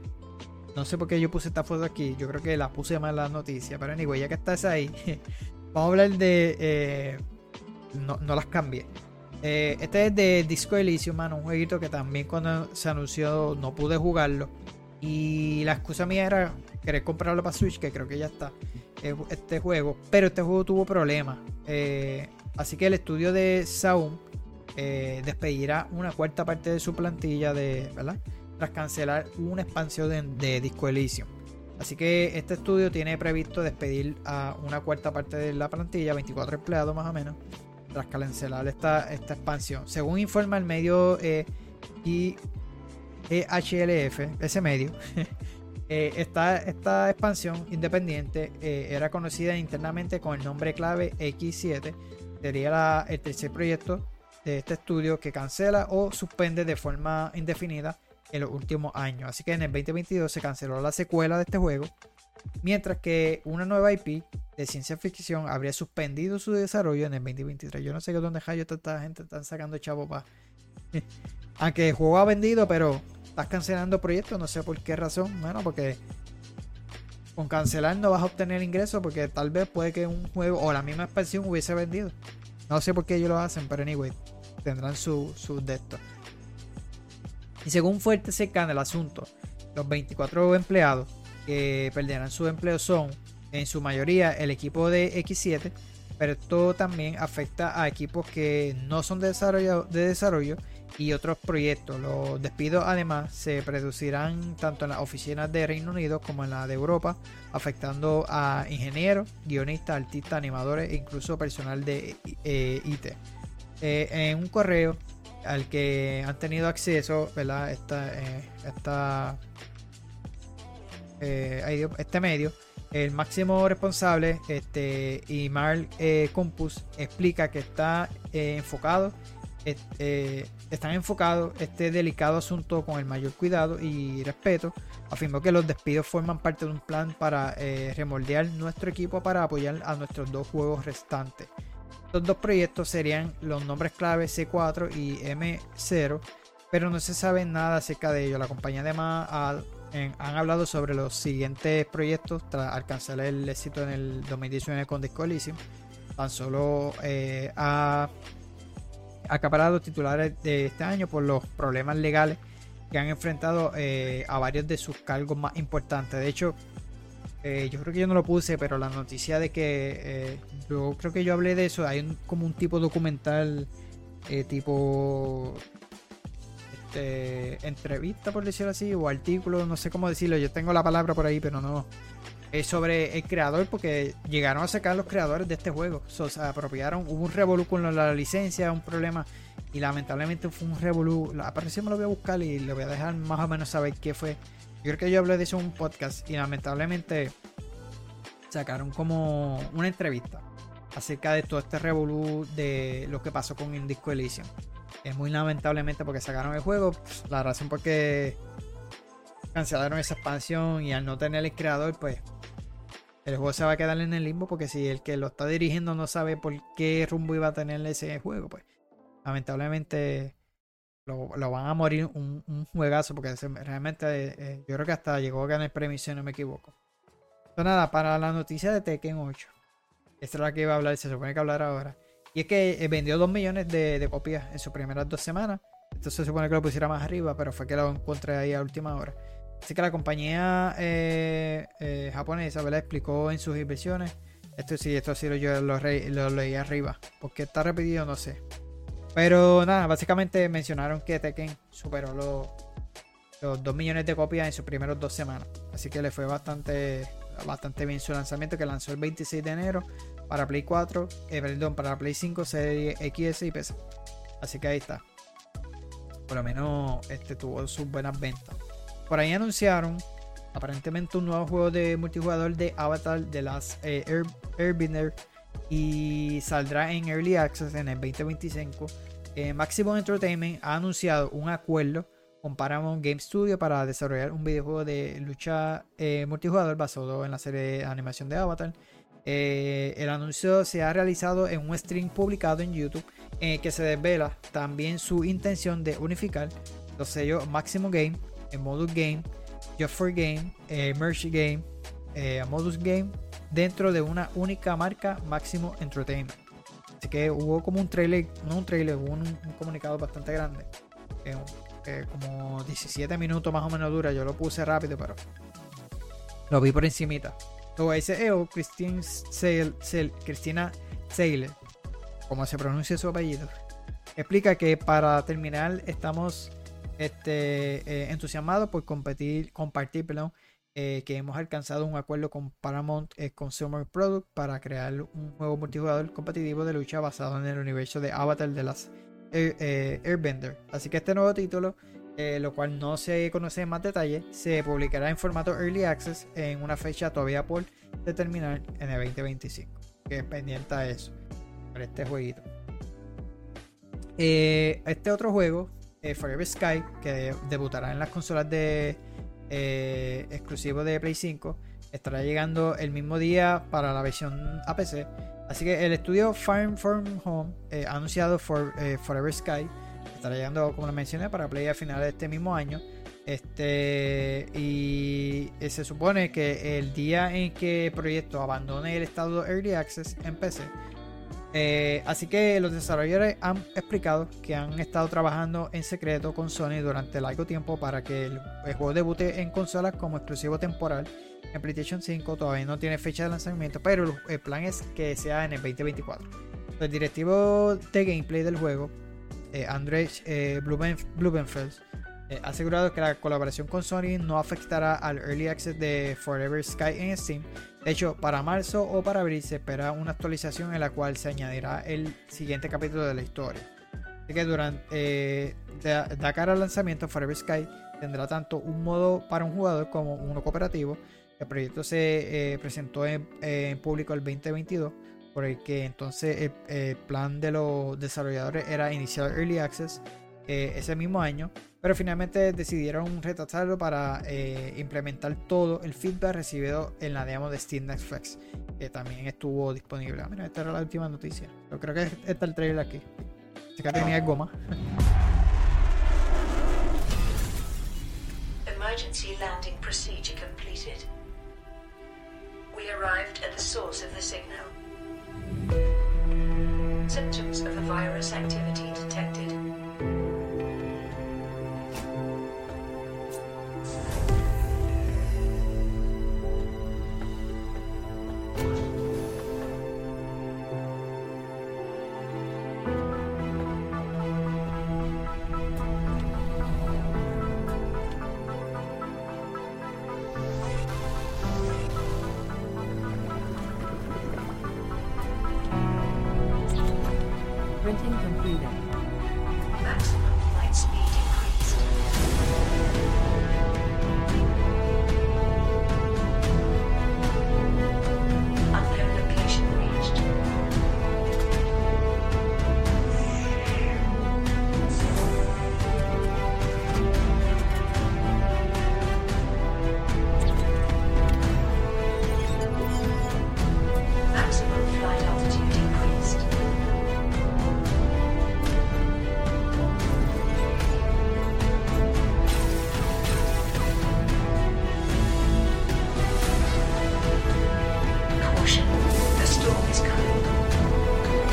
No sé por qué yo puse esta foto aquí. Yo creo que la puse mal la noticia. Pero anyway, ya que estás ahí, Vamos a hablar de... no las cambié. Este es de Disco Elysium, mano, un jueguito que también cuando se anunció no pude jugarlo. Y la excusa mía era querer comprarlo para Switch, que creo que ya está este juego. Pero este juego tuvo problemas. Así que el estudio de Saum despedirá una cuarta parte de su plantilla, ¿verdad? Tras cancelar una expansión de Disco Elysium. Así que este estudio tiene previsto despedir a una cuarta parte de la plantilla, 24 empleados más o menos, tras cancelar esta expansión. Según informa el medio IHLF, ese medio, esta expansión independiente era conocida internamente con el nombre clave X7. Sería el tercer proyecto de este estudio que cancela o suspende de forma indefinida en los últimos años. Así que en el 2022 se canceló la secuela de este juego, mientras que una nueva IP de ciencia ficción habría suspendido su desarrollo en el 2023. Yo no sé dónde esta gente está sacando chavo para... Aunque el juego ha vendido, pero estás cancelando proyectos, no sé por qué razón. Bueno, porque con cancelar no vas a obtener ingresos, porque tal vez puede que un juego o la misma expansión hubiese vendido. No sé por qué ellos lo hacen, pero anyway, tendrán sus de esto. Y según fuentes cercanas al asunto, los 24 empleados que perderán su empleo son en su mayoría el equipo de X7, pero esto también afecta a equipos que no son de desarrollo y otros proyectos. Los despidos además se producirán tanto en las oficinas de Reino Unido como en la de Europa, afectando a ingenieros, guionistas, artistas, animadores e incluso personal de IT. En un correo al que han tenido acceso, ¿verdad? Este medio, el máximo responsable, Imar Compus, explica que están enfocados este delicado asunto con el mayor cuidado y respeto. Afirmó que los despidos forman parte de un plan para remoldear nuestro equipo para apoyar a nuestros dos juegos restantes. Estos dos proyectos serían los nombres clave C4 y M0, pero no se sabe nada acerca de ellos. La compañía además han hablado sobre los siguientes proyectos tras alcanzar el éxito en el 2019 con Disco Elysium. Tan solo ha acaparado titulares de este año por los problemas legales que han enfrentado a varios de sus cargos más importantes. De hecho, yo creo que yo no lo puse, pero la noticia de que yo creo que yo hablé de eso, hay como un tipo documental tipo entrevista, por decirlo así, o artículo, no sé cómo decirlo, yo tengo la palabra por ahí, pero no, es sobre el creador, porque llegaron a sacar los creadores de este juego, se apropiaron, hubo un revolú con la licencia, un problema, y lamentablemente fue un revolú. La aparición me lo voy a buscar y le voy a dejar más o menos saber qué fue. Yo creo que yo hablé de eso en un podcast y lamentablemente sacaron como una entrevista acerca de todo este revolú de lo que pasó con el Disco Elysium. Es muy lamentablemente porque sacaron el juego, la razón por qué cancelaron esa expansión, y al no tener el creador, pues el juego se va a quedar en el limbo, porque si el que lo está dirigiendo no sabe por qué rumbo iba a tener ese juego, pues lamentablemente lo van a morir un juegazo, porque realmente yo creo que hasta llegó a ganar premio, si no me equivoco. Entonces nada, para la noticia de Tekken 8, esta es la que iba a hablar, se supone que hablar ahora, y es que vendió 2 millones de copias en sus primeras 2 semanas. Esto se supone que lo pusiera más arriba, pero fue que lo encontré ahí a última hora. Así que la compañía japonesa, ¿verdad?, explicó en sus inversiones. Esto sí yo lo leí arriba, porque está repetido, no sé. Pero nada, básicamente mencionaron que Tekken superó los 2 millones de copias en sus primeros 2 semanas. Así que le fue bastante bien su lanzamiento, que lanzó el 26 de enero para Play 4, para Play 5, Serie XS y PC. Así que ahí está. Por lo menos tuvo sus buenas ventas. Por ahí anunciaron aparentemente un nuevo juego de multijugador de Avatar The Last Airbender, y saldrá en Early Access en el 2025. Maximum Entertainment ha anunciado un acuerdo con Paramount Game Studio para desarrollar un videojuego de lucha multijugador basado en la serie de animación de Avatar. El anuncio se ha realizado en un stream publicado en YouTube, en el que se desvela también su intención de unificar los sellos Maximum Game, Modus Game, Just for Game, Merge Game, Modus Game, dentro de una única marca, Maximum Entertainment. Así que hubo como un trailer, hubo un comunicado bastante grande, como 17 minutos más o menos dura. Yo lo puse rápido, pero lo vi por encimita. Luego ese EO, Cristina Saylor, como se pronuncia su apellido, explica que para terminar estamos entusiasmados por compartir, que hemos alcanzado un acuerdo con Paramount Consumer Product para crear un juego multijugador competitivo de lucha basado en el universo de Avatar de las Airbender. Así que este nuevo título, lo cual no se conoce en más detalle, se publicará en formato Early Access en una fecha todavía por determinar en el 2025. Que es pendiente a eso, para este jueguito. Este otro juego, Forever Sky, que debutará en las consolas de exclusivo de Play 5, estará llegando el mismo día para la versión a PC. Así que el estudio Fire From Home ha anunciado Forever Sky. Estará llegando, como lo mencioné, para Play a finales de este mismo año. Y se supone que el día en que el proyecto abandone el estado de Early Access en PC. Así que los desarrolladores han explicado que han estado trabajando en secreto con Sony durante largo tiempo para que el juego debute en consolas como exclusivo temporal. En PlayStation 5 todavía no tiene fecha de lanzamiento, pero el plan es que sea en el 2024. El directivo de gameplay del juego, Andrzej Blumenfeld, ha asegurado que la colaboración con Sony no afectará al Early Access de Forever Sky en Steam. De hecho, para marzo o para abril se espera una actualización en la cual se añadirá el siguiente capítulo de la historia. Así que de cara al lanzamiento, Forever Sky tendrá tanto un modo para un jugador como uno cooperativo. El proyecto se presentó en público el 2022, por el que entonces el plan de los desarrolladores era iniciar Early Access ese mismo año, pero finalmente decidieron retrasarlo para implementar todo el feedback recibido en la demo de Steam Next Flex, que también estuvo disponible. Mira, esta era la última noticia. Yo creo que está el trailer aquí. Así que tenía algo más. Emergency landing procedure completed. We arrived at the source of the signal. Symptoms of the virus activity detected. Printing completed. Maximum flight speed increased. Unknown location reached. Maximum flight altitude increased. Caution, a storm is coming.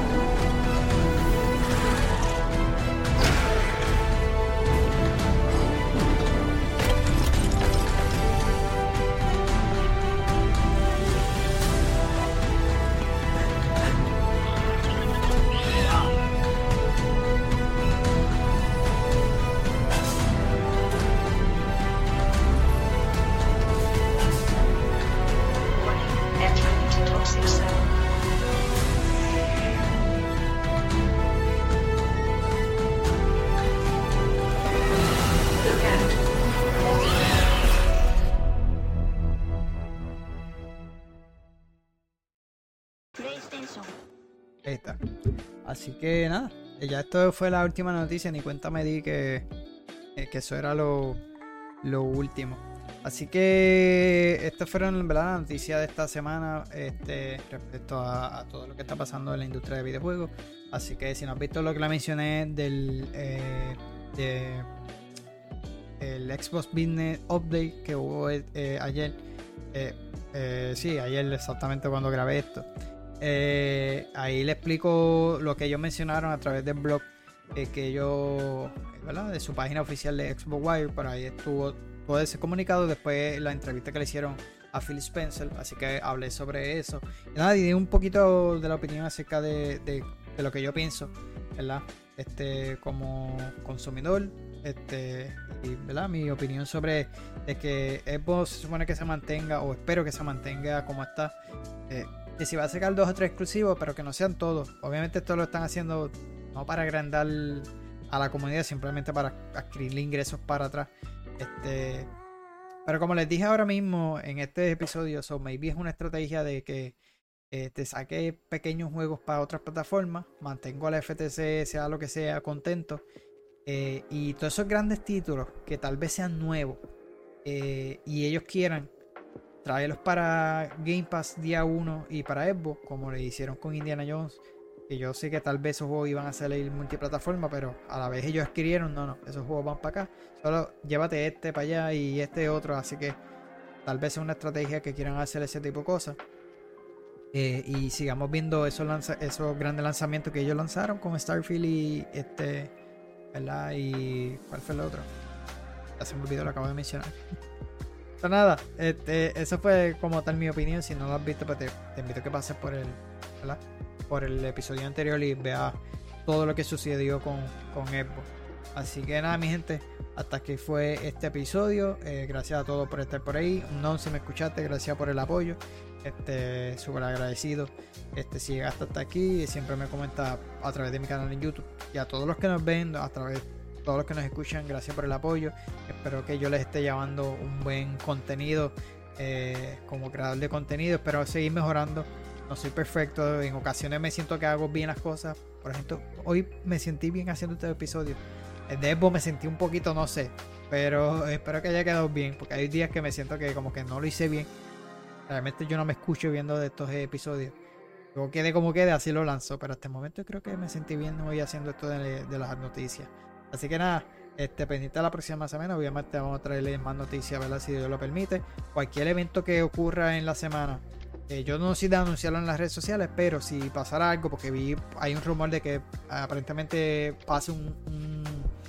Warning, entering into toxic zone. Look out. PlayStation. Ahí está. Así que nada, ya esto fue la última noticia. Ni cuenta me di que eso era lo último. Así que estas fueron, ¿verdad?, las noticias de esta semana respecto a todo lo que está pasando en la industria de videojuegos. Así que si no has visto lo que la mencioné del el Xbox Business Update que hubo ayer, Sí, ayer exactamente cuando grabé esto. Ahí le explico lo que ellos mencionaron a través del blog que ellos, ¿verdad? De su página oficial de Xbox Wire. Por ahí estuvo todo ese comunicado. Después la entrevista que le hicieron a Phil Spencer, así que hablé sobre eso. Y nada, y di un poquito de la opinión acerca de lo que yo pienso, ¿verdad? Como consumidor, y ¿verdad? Mi opinión sobre de que Xbox se supone que se mantenga, o espero que se mantenga como está. Que si va a sacar 2 o 3 exclusivos, pero que no sean todos. Obviamente esto lo están haciendo no para agrandar a la comunidad, simplemente para adquirir ingresos para atrás. Pero como les dije ahora mismo en este episodio, maybe es una estrategia de que te saque pequeños juegos para otras plataformas, mantengo a la FTC, sea lo que sea, contento. Y todos esos grandes títulos que tal vez sean nuevos y ellos quieran traerlos para Game Pass día 1 y para Xbox, como le hicieron con Indiana Jones, que yo sé que tal vez esos juegos iban a salir multiplataforma, pero a la vez ellos adquirieron, no, esos juegos van para acá, solo llévate para allá y otro, así que tal vez es una estrategia que quieran hacer ese tipo de cosas. Y sigamos viendo esos grandes lanzamientos que ellos lanzaron con Starfield y ¿verdad? Y ¿cuál fue el otro? Ya se me olvidó, lo acabo de mencionar. Pero nada, eso fue como tal mi opinión. Si no lo has visto, pues te invito a que pases por el episodio anterior y veas todo lo que sucedió con Xbox. Así que nada, mi gente, hasta aquí fue este episodio. Gracias a todos por estar por ahí. No, si me escuchaste, gracias por el apoyo. Súper agradecido. Si llegaste hasta aquí, siempre me comenta a través de mi canal en YouTube. Y a todos los que nos ven, a través de todos los que nos escuchan, gracias por el apoyo. Espero que yo les esté llevando un buen contenido como creador de contenido. Espero seguir mejorando. No soy perfecto, en ocasiones me siento que hago bien las cosas. Por ejemplo, hoy me sentí bien haciendo este episodio. El de Xbox me sentí un poquito, no sé, pero espero que haya quedado bien, porque hay días que me siento que como que no lo hice bien. Realmente yo no me escucho viendo de estos episodios. Luego quede como quede, así lo lanzo. Pero hasta el momento creo que me sentí bien hoy haciendo esto de las noticias. Así que nada, pendiente a la próxima semana. Obviamente vamos a traerles más noticias, ¿verdad? Si Dios lo permite. Cualquier evento que ocurra en la semana. Yo no sé de anunciarlo en las redes sociales, pero si pasara algo, porque hay un rumor de que aparentemente pase un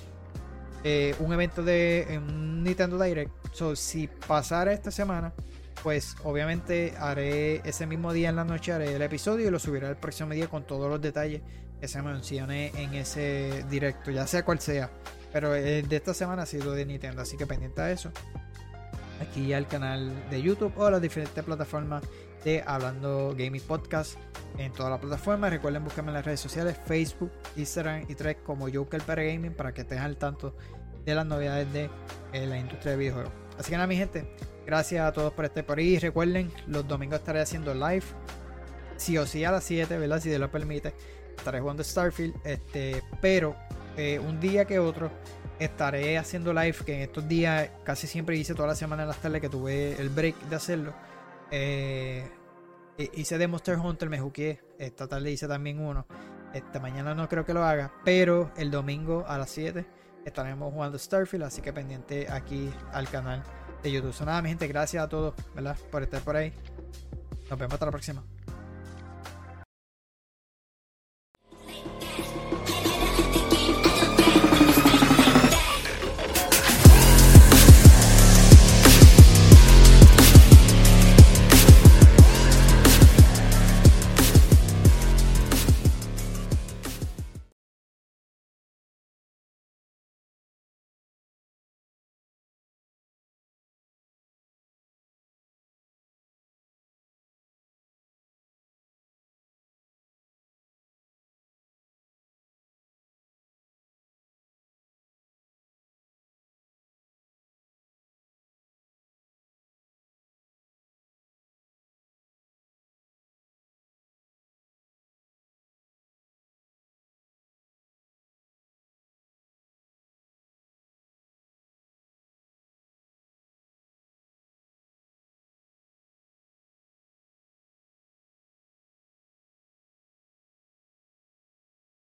evento de un Nintendo Direct. Si pasara esta semana, pues obviamente haré ese mismo día en la noche, haré el episodio y lo subiré el próximo día con todos los detalles que se mencioné en ese directo, ya sea cual sea. Pero el de esta semana ha sido de Nintendo, así que pendiente a eso. Aquí ya el canal de YouTube o las diferentes plataformas de Hablando Gaming Podcast en todas las plataformas. Recuerden buscarme en las redes sociales, Facebook, Instagram y Threads como Joker para Gaming, para que estén al tanto de las novedades de la industria de videojuegos. Así que nada, mi gente, gracias a todos por estar por ahí. Recuerden, los domingos estaré haciendo live, sí o sí a las 7, ¿verdad? Si Dios lo permite, estaré jugando Starfield, pero un día que otro estaré haciendo live, que en estos días casi siempre hice toda la semana en las tardes que tuve el break de hacerlo. Hice de Monster Hunter, me jugué. Esta tarde hice también uno. Mañana no creo que lo haga, pero el domingo a las 7 estaremos jugando Starfield, así que pendiente aquí al canal de YouTube. Nada, mi gente, gracias a todos, ¿verdad? Por estar por ahí. Nos vemos hasta la próxima.